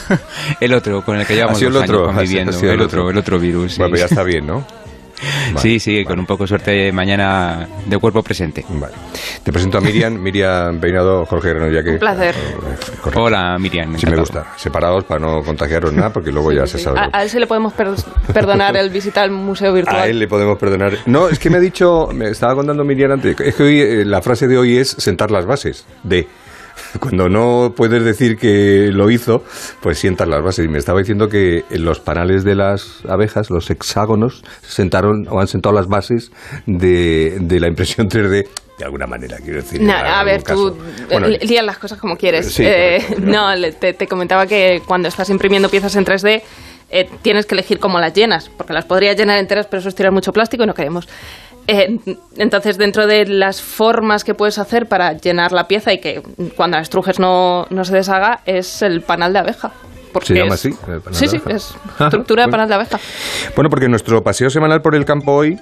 Speaker 13: el otro, con el que llevamos
Speaker 2: ¿Ha sido
Speaker 13: dos
Speaker 2: el otro?
Speaker 13: años conviviendo.
Speaker 2: ¿Ha sido
Speaker 13: el,
Speaker 2: el
Speaker 13: otro,
Speaker 2: otro?
Speaker 13: el otro virus. Sí.
Speaker 2: Bueno, pues ya está bien, ¿no?
Speaker 13: Vale, sí, sí, vale. Con un poco de suerte mañana de cuerpo presente.
Speaker 2: Vale. Te presento a Miriam, Miriam Peinado, Jorge Granullaque.
Speaker 32: Un placer.
Speaker 2: Correcto.
Speaker 13: Hola, Miriam.
Speaker 2: Sí, me gusta. Separados para no contagiaros nada, porque luego ya se sabe.
Speaker 32: A, a él se le podemos per- perdonar el visitar al museo virtual.
Speaker 2: A él le podemos perdonar. No, es que me ha dicho, me estaba contando Miriam antes, es que hoy eh, la frase de hoy es sentar las bases de... Cuando no puedes decir que lo hizo, pues sientas las bases. Y me estaba diciendo que en los panales de las abejas, los hexágonos, sentaron o han sentado las bases de, de la impresión tres D. De alguna manera, quiero decir.
Speaker 32: No, a ver, tú bueno, lías las cosas como quieres. Sí, eh, correcto, ¿no? no, te, te comentaba que cuando estás imprimiendo piezas en tres D, eh, tienes que elegir cómo las llenas, porque las podrías llenar enteras, pero eso es tirar mucho plástico y no queremos. Eh, entonces, dentro de las formas que puedes hacer para llenar la pieza y que cuando la estrujes no, no se deshaga, es el panal de abeja.
Speaker 2: ¿Se llama
Speaker 32: es,
Speaker 2: así? El panal
Speaker 32: sí,
Speaker 2: de
Speaker 32: sí,
Speaker 2: abeja.
Speaker 32: es estructura de panal de abeja.
Speaker 2: Bueno, porque nuestro paseo semanal por el campo hoy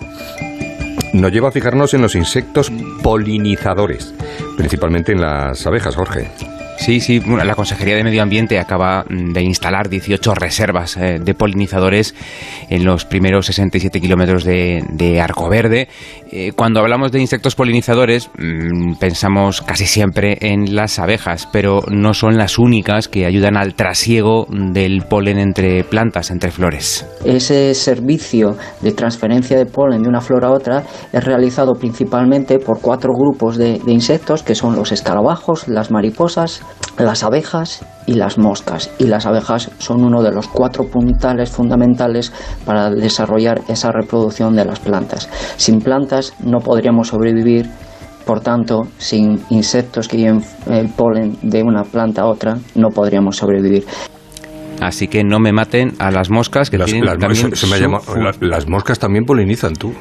Speaker 2: nos lleva a fijarnos en los insectos polinizadores, principalmente en las abejas, Jorge.
Speaker 13: Sí, sí, bueno, la Consejería de Medio Ambiente acaba de instalar dieciocho reservas eh, de polinizadores en los primeros sesenta y siete kilómetros de, de Arco Verde. Eh, cuando hablamos de insectos polinizadores, mmm, pensamos casi siempre en las abejas, pero no son las únicas que ayudan al trasiego del polen entre plantas, entre flores.
Speaker 14: Ese servicio de transferencia de polen de una flor a otra es realizado principalmente por cuatro grupos de, de insectos, que son los escarabajos, las mariposas, las abejas y las moscas. Y las abejas son uno de los cuatro puntales fundamentales para desarrollar esa reproducción de las plantas. Sin plantas no podríamos sobrevivir. Por tanto, sin insectos que lleven el polen de una planta a otra, no podríamos sobrevivir.
Speaker 13: Así que no me maten a las moscas, que
Speaker 2: las,
Speaker 13: tienen
Speaker 2: las,
Speaker 13: también
Speaker 2: se me
Speaker 13: su...
Speaker 2: llama, las, las moscas también polinizan, tú.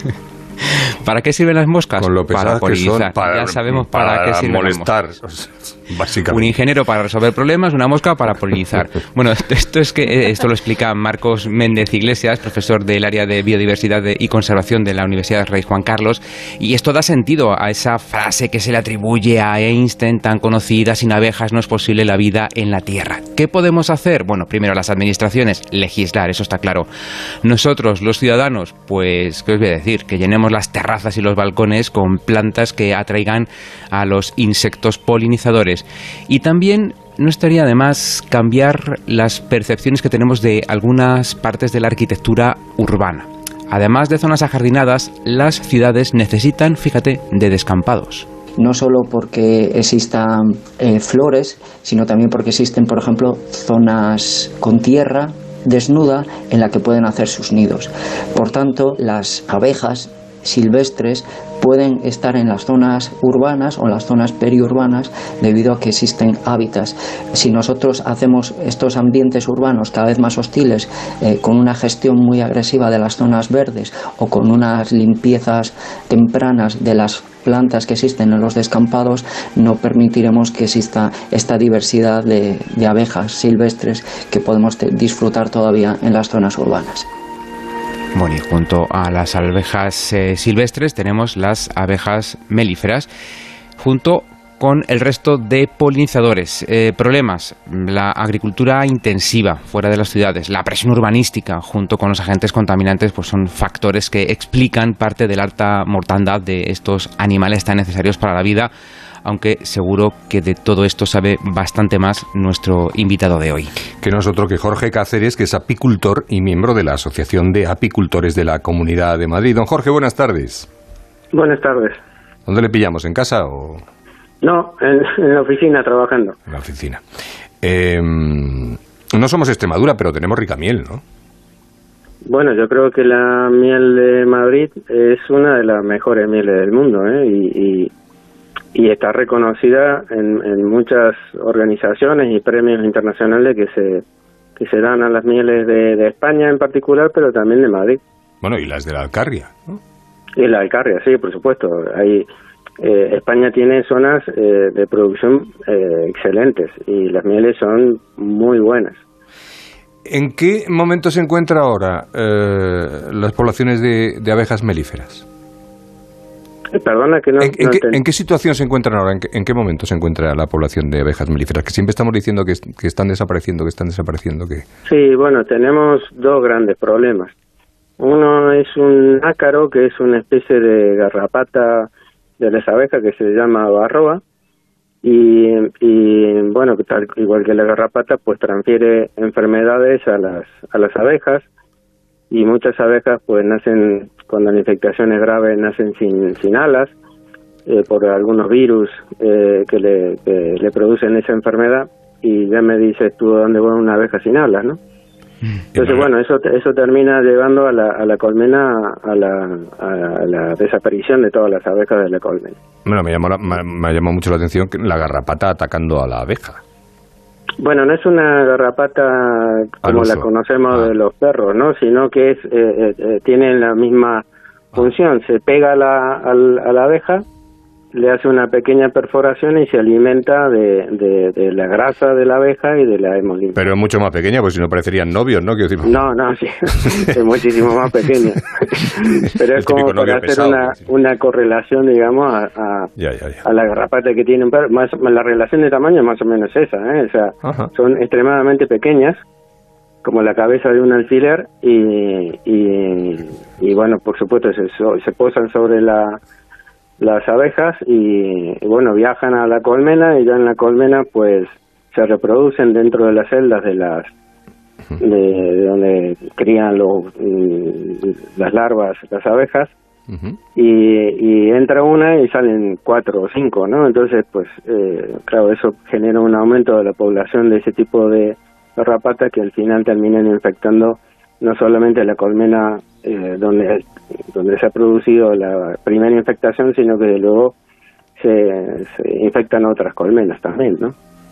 Speaker 13: ¿Para qué sirven las moscas?
Speaker 2: Con lo
Speaker 13: para polinizar.
Speaker 2: Que son, para,
Speaker 13: ya sabemos para,
Speaker 2: para
Speaker 13: qué sirven
Speaker 2: molestar,
Speaker 13: las moscas.
Speaker 2: Básicamente.
Speaker 13: Un ingeniero para resolver problemas, una mosca para polinizar. Bueno, esto es que esto lo explica Marcos Méndez Iglesias, profesor del área de biodiversidad y conservación de la Universidad Rey Juan Carlos, y esto da sentido a esa frase que se le atribuye a Einstein tan conocida: sin abejas no es posible la vida en la Tierra. ¿Qué podemos hacer? Bueno, primero las administraciones, legislar, eso está claro. Nosotros, los ciudadanos, pues, ¿qué os voy a decir? Que llenemos las terrazas y los balcones con plantas que atraigan a los insectos polinizadores. Y también no estaría de más cambiar las percepciones que tenemos de algunas partes de la arquitectura urbana. Además de zonas ajardinadas, las ciudades necesitan, fíjate, de descampados.
Speaker 14: No solo porque existan eh, flores, sino también porque existen, por ejemplo, zonas con tierra desnuda en la que pueden hacer sus nidos. Por tanto, las abejas silvestres pueden estar en las zonas urbanas o en las zonas periurbanas debido a que existen hábitats. Si nosotros hacemos estos ambientes urbanos cada vez más hostiles eh, con una gestión muy agresiva de las zonas verdes o con unas limpiezas tempranas de las plantas que existen en los descampados, no permitiremos que exista esta diversidad de, de abejas silvestres que podemos te- disfrutar todavía en las zonas urbanas.
Speaker 13: Bueno, y junto a las abejas eh, silvestres tenemos las abejas melíferas, junto con el resto de polinizadores. Eh, problemas: la agricultura intensiva fuera de las ciudades, la presión urbanística junto con los agentes contaminantes, pues son factores que explican parte de la alta mortandad de estos animales tan necesarios para la vida, aunque seguro que de todo esto sabe bastante más nuestro invitado de hoy.
Speaker 2: Que no es otro que Jorge Cáceres, que es apicultor y miembro de la Asociación de Apicultores de la Comunidad de Madrid. Don Jorge, buenas tardes.
Speaker 3: Buenas tardes.
Speaker 2: ¿Dónde le pillamos? ¿En casa o...?
Speaker 3: No, en, en la oficina trabajando.
Speaker 2: En la oficina. Eh, no somos Extremadura, pero tenemos rica miel, ¿no?
Speaker 3: Bueno, yo creo que la miel de Madrid es una de las mejores mieles del mundo, ¿eh? Y, y, y está reconocida en, en muchas organizaciones y premios internacionales que se que se dan a las mieles de, de España en particular, pero también de Madrid.
Speaker 2: Bueno, y las de la Alcarria, ¿no?
Speaker 3: Y la Alcarria, sí, por supuesto. Hay, eh, España tiene zonas eh, de producción eh, excelentes y las mieles son muy buenas.
Speaker 2: ¿En qué momento se encuentra ahora eh, las poblaciones de, de abejas melíferas?
Speaker 3: Eh, perdona que no...
Speaker 2: ¿En, en,
Speaker 3: no
Speaker 2: qué,
Speaker 3: te...
Speaker 2: ¿En qué situación se encuentran ahora? ¿En qué, ¿En qué momento se encuentra la población de abejas melíferas? Que siempre estamos diciendo que, que están desapareciendo, que están desapareciendo. Que...
Speaker 3: Sí, bueno, tenemos dos grandes problemas. Uno es un ácaro, que es una especie de garrapata de las abejas que se llama barroa, y, y bueno, tal, igual que la garrapata, pues transfiere enfermedades a las a las abejas, y muchas abejas pues nacen, cuando la infectación es grave, nacen sin, sin alas, eh, por algunos virus eh, que, le, que le producen esa enfermedad, y ya me dices tú dónde va una abeja sin alas, ¿no? Entonces, bueno, eso eso termina llevando a la, a la colmena a la, a la desaparición de todas las abejas de la colmena.
Speaker 2: Bueno, me llamó, la, me, me llamó mucho la atención que la garrapata atacando a la abeja.
Speaker 3: Bueno, no es una garrapata como la conocemos ah. de los perros, ¿no? Sino que es eh, eh, tiene la misma función. Se pega a la, a la abeja, le hace una pequeña perforación y se alimenta de, de, de la grasa de la abeja y de la hemolina.
Speaker 2: Pero es mucho más pequeña, pues si no parecerían novios, ¿no? Quiero decir...
Speaker 3: No, no, sí, es muchísimo más pequeña. Pero es como para hacer pesado, una, una correlación, digamos, a, a,
Speaker 2: ya, ya, ya.
Speaker 3: a la garrapata que tienen. Más, la relación de tamaño es más o menos esa, ¿eh? O sea, Ajá. son extremadamente pequeñas, como la cabeza de un alfiler, y, y, y bueno, por supuesto, se, se posan sobre la... las abejas y, y bueno, viajan a la colmena, y ya en la colmena pues se reproducen dentro de las celdas de las de, de donde crían los las larvas, las abejas, uh-huh. y, y entra una y salen cuatro o cinco, ¿no? Entonces pues eh, claro, eso genera un aumento de la población de ese tipo de garrapatas que al final terminan infectando no solamente la colmena eh, donde donde se ha producido la primera infectación, sino que luego se, se infectan otras colmenas también, ¿no?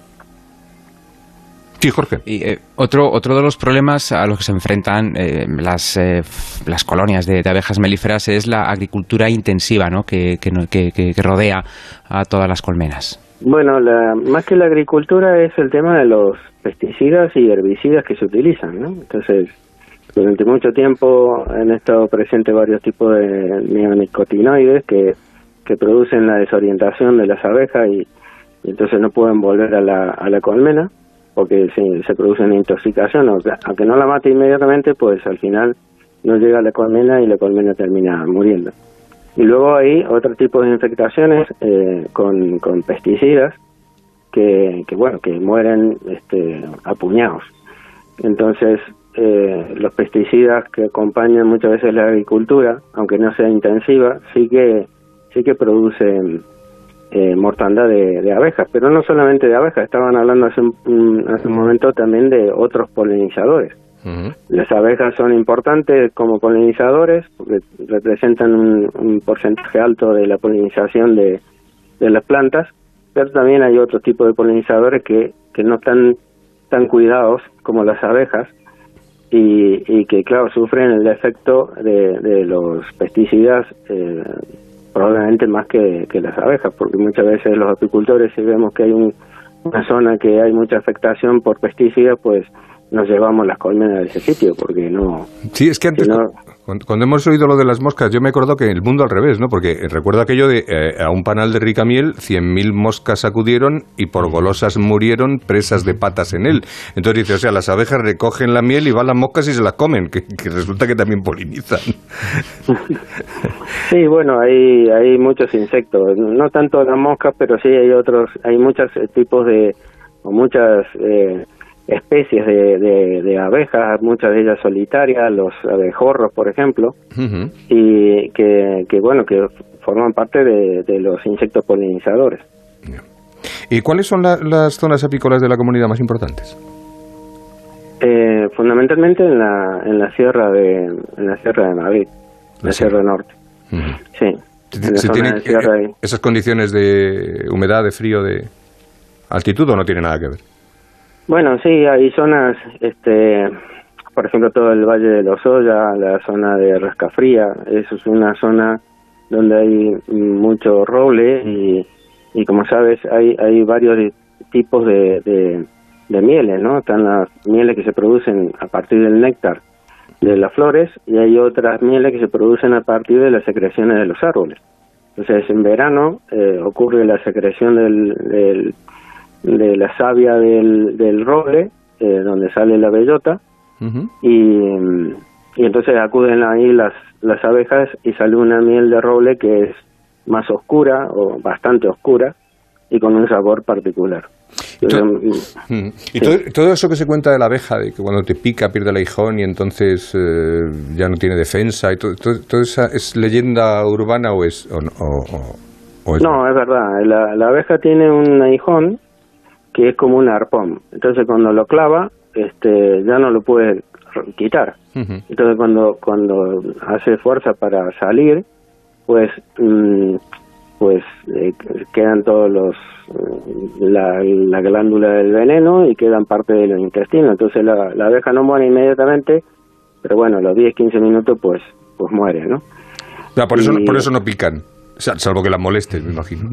Speaker 2: Sí, Jorge.
Speaker 13: Y eh, otro otro de los problemas a los que se enfrentan eh, las eh, las colonias de, de abejas melíferas es la agricultura intensiva, ¿no? Que, que, que, que rodea a todas las colmenas.
Speaker 3: Bueno, la, más que la agricultura es el tema de los pesticidas y herbicidas que se utilizan, ¿no? Entonces, durante mucho tiempo han estado presentes varios tipos de neonicotinoides que, que producen la desorientación de las abejas y, y entonces no pueden volver a la, a la colmena porque se, se produce una intoxicación. Aunque no la mate inmediatamente, pues al final no llega a la colmena y la colmena termina muriendo. Y luego hay otro tipo de infectaciones eh, con, con pesticidas que, que, bueno, que mueren este, a puñados. Entonces, Eh, los pesticidas que acompañan muchas veces la agricultura, aunque no sea intensiva, sí que sí que producen eh, mortandad de, de abejas, pero no solamente de abejas. Estaban hablando hace un, hace un momento también de otros polinizadores. Uh-huh. Las abejas son importantes como polinizadores porque representan un, un porcentaje alto de la polinización de, de las plantas, pero también hay otros tipos de polinizadores que, que no están tan cuidados como las abejas, Y, y que, claro, sufren el efecto de, de los pesticidas eh, probablemente más que, que las abejas, porque muchas veces los apicultores, si vemos que hay un, una zona que hay mucha afectación por pesticidas, pues nos llevamos las colmenas de ese sitio, porque no...
Speaker 2: Sí, es que antes,
Speaker 3: no,
Speaker 2: cuando hemos oído lo de las moscas, yo me acuerdo que el mundo al revés, ¿no? Porque recuerdo aquello de eh, a un panal de rica miel, cien mil moscas acudieron y por golosas murieron presas de patas en él. Entonces dice, o sea, las abejas recogen la miel y van las moscas y se las comen, que, que resulta que también polinizan.
Speaker 3: Sí, bueno, hay, hay muchos insectos, no tanto las moscas, pero sí hay otros, hay muchos tipos de, o muchas... Eh, especies de, de, de abejas, muchas de ellas solitarias, los abejorros, por ejemplo, uh-huh. y que, que, bueno, que forman parte de, de los insectos polinizadores.
Speaker 2: ¿Y cuáles son la, las zonas apícolas de la comunidad más importantes?
Speaker 3: Eh, fundamentalmente en la, en la sierra de, en la sierra de Madrid, la, la Sierra Norte. Uh-huh. Sí.
Speaker 2: ¿Se, se tienen eh, esas condiciones de humedad, de frío, de altitud, o no tiene nada que ver?
Speaker 3: Bueno, sí, hay zonas, este, por ejemplo, todo el Valle de los Ollas, la zona de Rascafría, eso es una zona donde hay mucho roble y, y como sabes, hay, hay varios tipos de, de, de mieles, ¿no? Están las mieles que se producen a partir del néctar de las flores y hay otras mieles que se producen a partir de las secreciones de los árboles. Entonces, en verano eh, ocurre la secreción del... del de la savia del, del roble, eh, donde sale la bellota, uh-huh. y, y entonces acuden ahí las, las abejas y sale una miel de roble que es más oscura, o bastante oscura, y con un sabor particular. Entonces,
Speaker 2: uh-huh. Y todo, sí. todo eso que se cuenta de la abeja, de que cuando te pica pierde el aguijón y entonces eh, ya no tiene defensa, y todo, todo, todo esa, ¿es leyenda urbana o es...? O, o, o, o es...
Speaker 3: No, es verdad. La, la abeja tiene un aguijón que es como un arpón. Entonces cuando lo clava, este, ya no lo puede quitar. Uh-huh. Entonces cuando cuando hace fuerza para salir, pues mmm, pues eh, quedan todos los la, la glándula del veneno y quedan parte de los intestinos. Entonces la, la abeja no muere inmediatamente, pero bueno, a los diez, quince minutos pues pues muere, ¿no?
Speaker 2: No, por, y, eso, por eso no pican, salvo que las molestes, me imagino.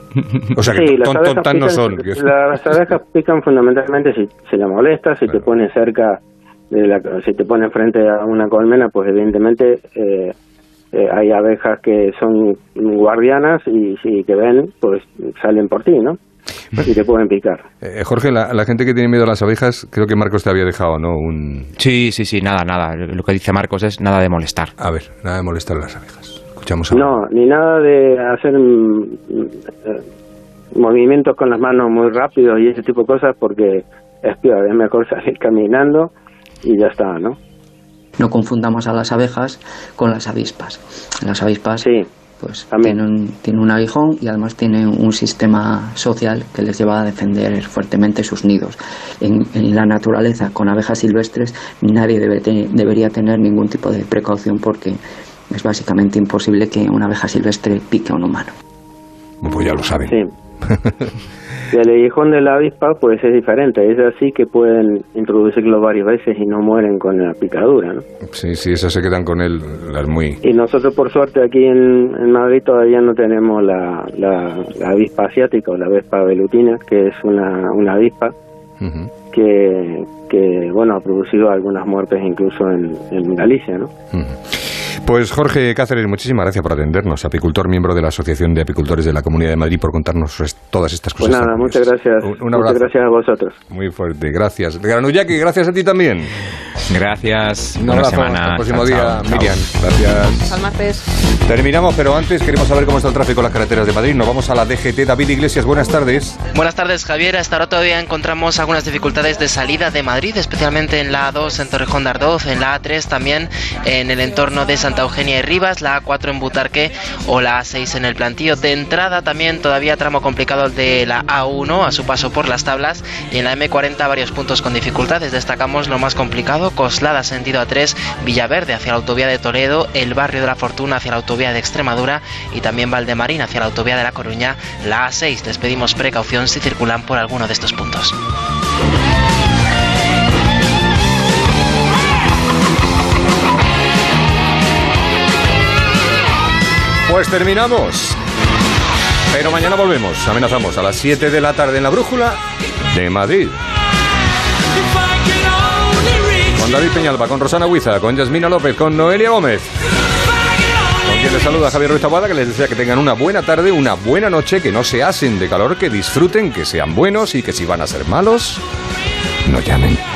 Speaker 2: O sea que
Speaker 3: sí,
Speaker 2: ton, ton, ton no son.
Speaker 3: Las abejas pican fundamentalmente si se la molesta, si claro. te pone cerca, de la, si te pone frente a una colmena, pues evidentemente eh, eh, hay abejas que son guardianas y si te ven, pues salen por ti, ¿no? Y te pueden picar.
Speaker 2: Eh, Jorge, la, la gente que tiene miedo a las abejas, creo que Marcos te había dejado, ¿no? Un...
Speaker 13: Sí, sí, sí, nada, nada. Lo que dice Marcos es nada de molestar.
Speaker 2: A ver, nada de molestar a las abejas.
Speaker 3: No, ni nada de hacer eh, movimientos con las manos muy rápidos y ese tipo de cosas, porque es peor, es mejor salir caminando y ya está, ¿no?
Speaker 14: No confundamos a las abejas con las avispas. Las avispas
Speaker 3: sí,
Speaker 14: pues tienen, tienen un aguijón y además tienen un sistema social que les lleva a defender fuertemente sus nidos. En, en la naturaleza, con abejas silvestres, nadie debe te, debería tener ningún tipo de precaución porque es básicamente imposible que una abeja silvestre pique a un humano.
Speaker 2: Pues ya lo saben.
Speaker 3: Sí. El aguijón de la avispa pues es diferente, es así que pueden introducirlo varias veces y no mueren con la picadura, ¿no?
Speaker 2: Sí, sí, esas se quedan con él, las muy...
Speaker 3: Y nosotros por suerte aquí en, en Madrid todavía no tenemos la, la, la avispa asiática o la avispa velutina, que es una, una avispa uh-huh. que, que, bueno, ha producido algunas muertes incluso en, en Galicia, ¿no?
Speaker 2: Uh-huh. Pues Jorge Cáceres, muchísimas gracias por atendernos, apicultor, miembro de la Asociación de Apicultores de la Comunidad de Madrid, por contarnos todas estas cosas.
Speaker 3: Pues nada, muchas gracias. Un, un abrazo. Muchas gracias a vosotros.
Speaker 2: Muy fuerte, gracias. Granullaki, gracias a ti también.
Speaker 13: Gracias.
Speaker 2: Un abrazo. Hasta el próximo día, chao, chao. Miriam. Gracias.
Speaker 32: Hasta el martes.
Speaker 2: Terminamos, pero antes queremos saber cómo está el tráfico en las carreteras de Madrid. Nos vamos a la D G T. David Iglesias, buenas tardes.
Speaker 4: Buenas tardes, Javier. Hasta ahora todavía encontramos algunas dificultades de salida de Madrid, especialmente en la A dos en Torrejón de Ardoz, en la A tres también en el entorno de Santa Eugenia y Rivas, la A cuatro en Butarque o la A seis en el Plantío. De entrada también todavía tramo complicado el de la A uno a su paso por las Tablas, y en la M cuarenta varios puntos con dificultades. Destacamos lo más complicado: Coslada sentido A tres, Villaverde hacia la autovía de Toledo, el Barrio de la Fortuna hacia la autovía de Extremadura y también Valdemarín hacia la autovía de La Coruña. La A seis, les pedimos precaución si circulan por alguno de estos puntos.
Speaker 2: Pues terminamos, pero mañana volvemos, amenazamos, a las siete de la tarde en la Brújula de Madrid. Con David Peñalba, con Rosana Huiza, con Yasmina López, con Noelia Gómez. Con quien les saluda Javier Ruiz Taboada, que les desea que tengan una buena tarde, una buena noche, que no se asen de calor, que disfruten, que sean buenos y que si van a ser malos, no llamen.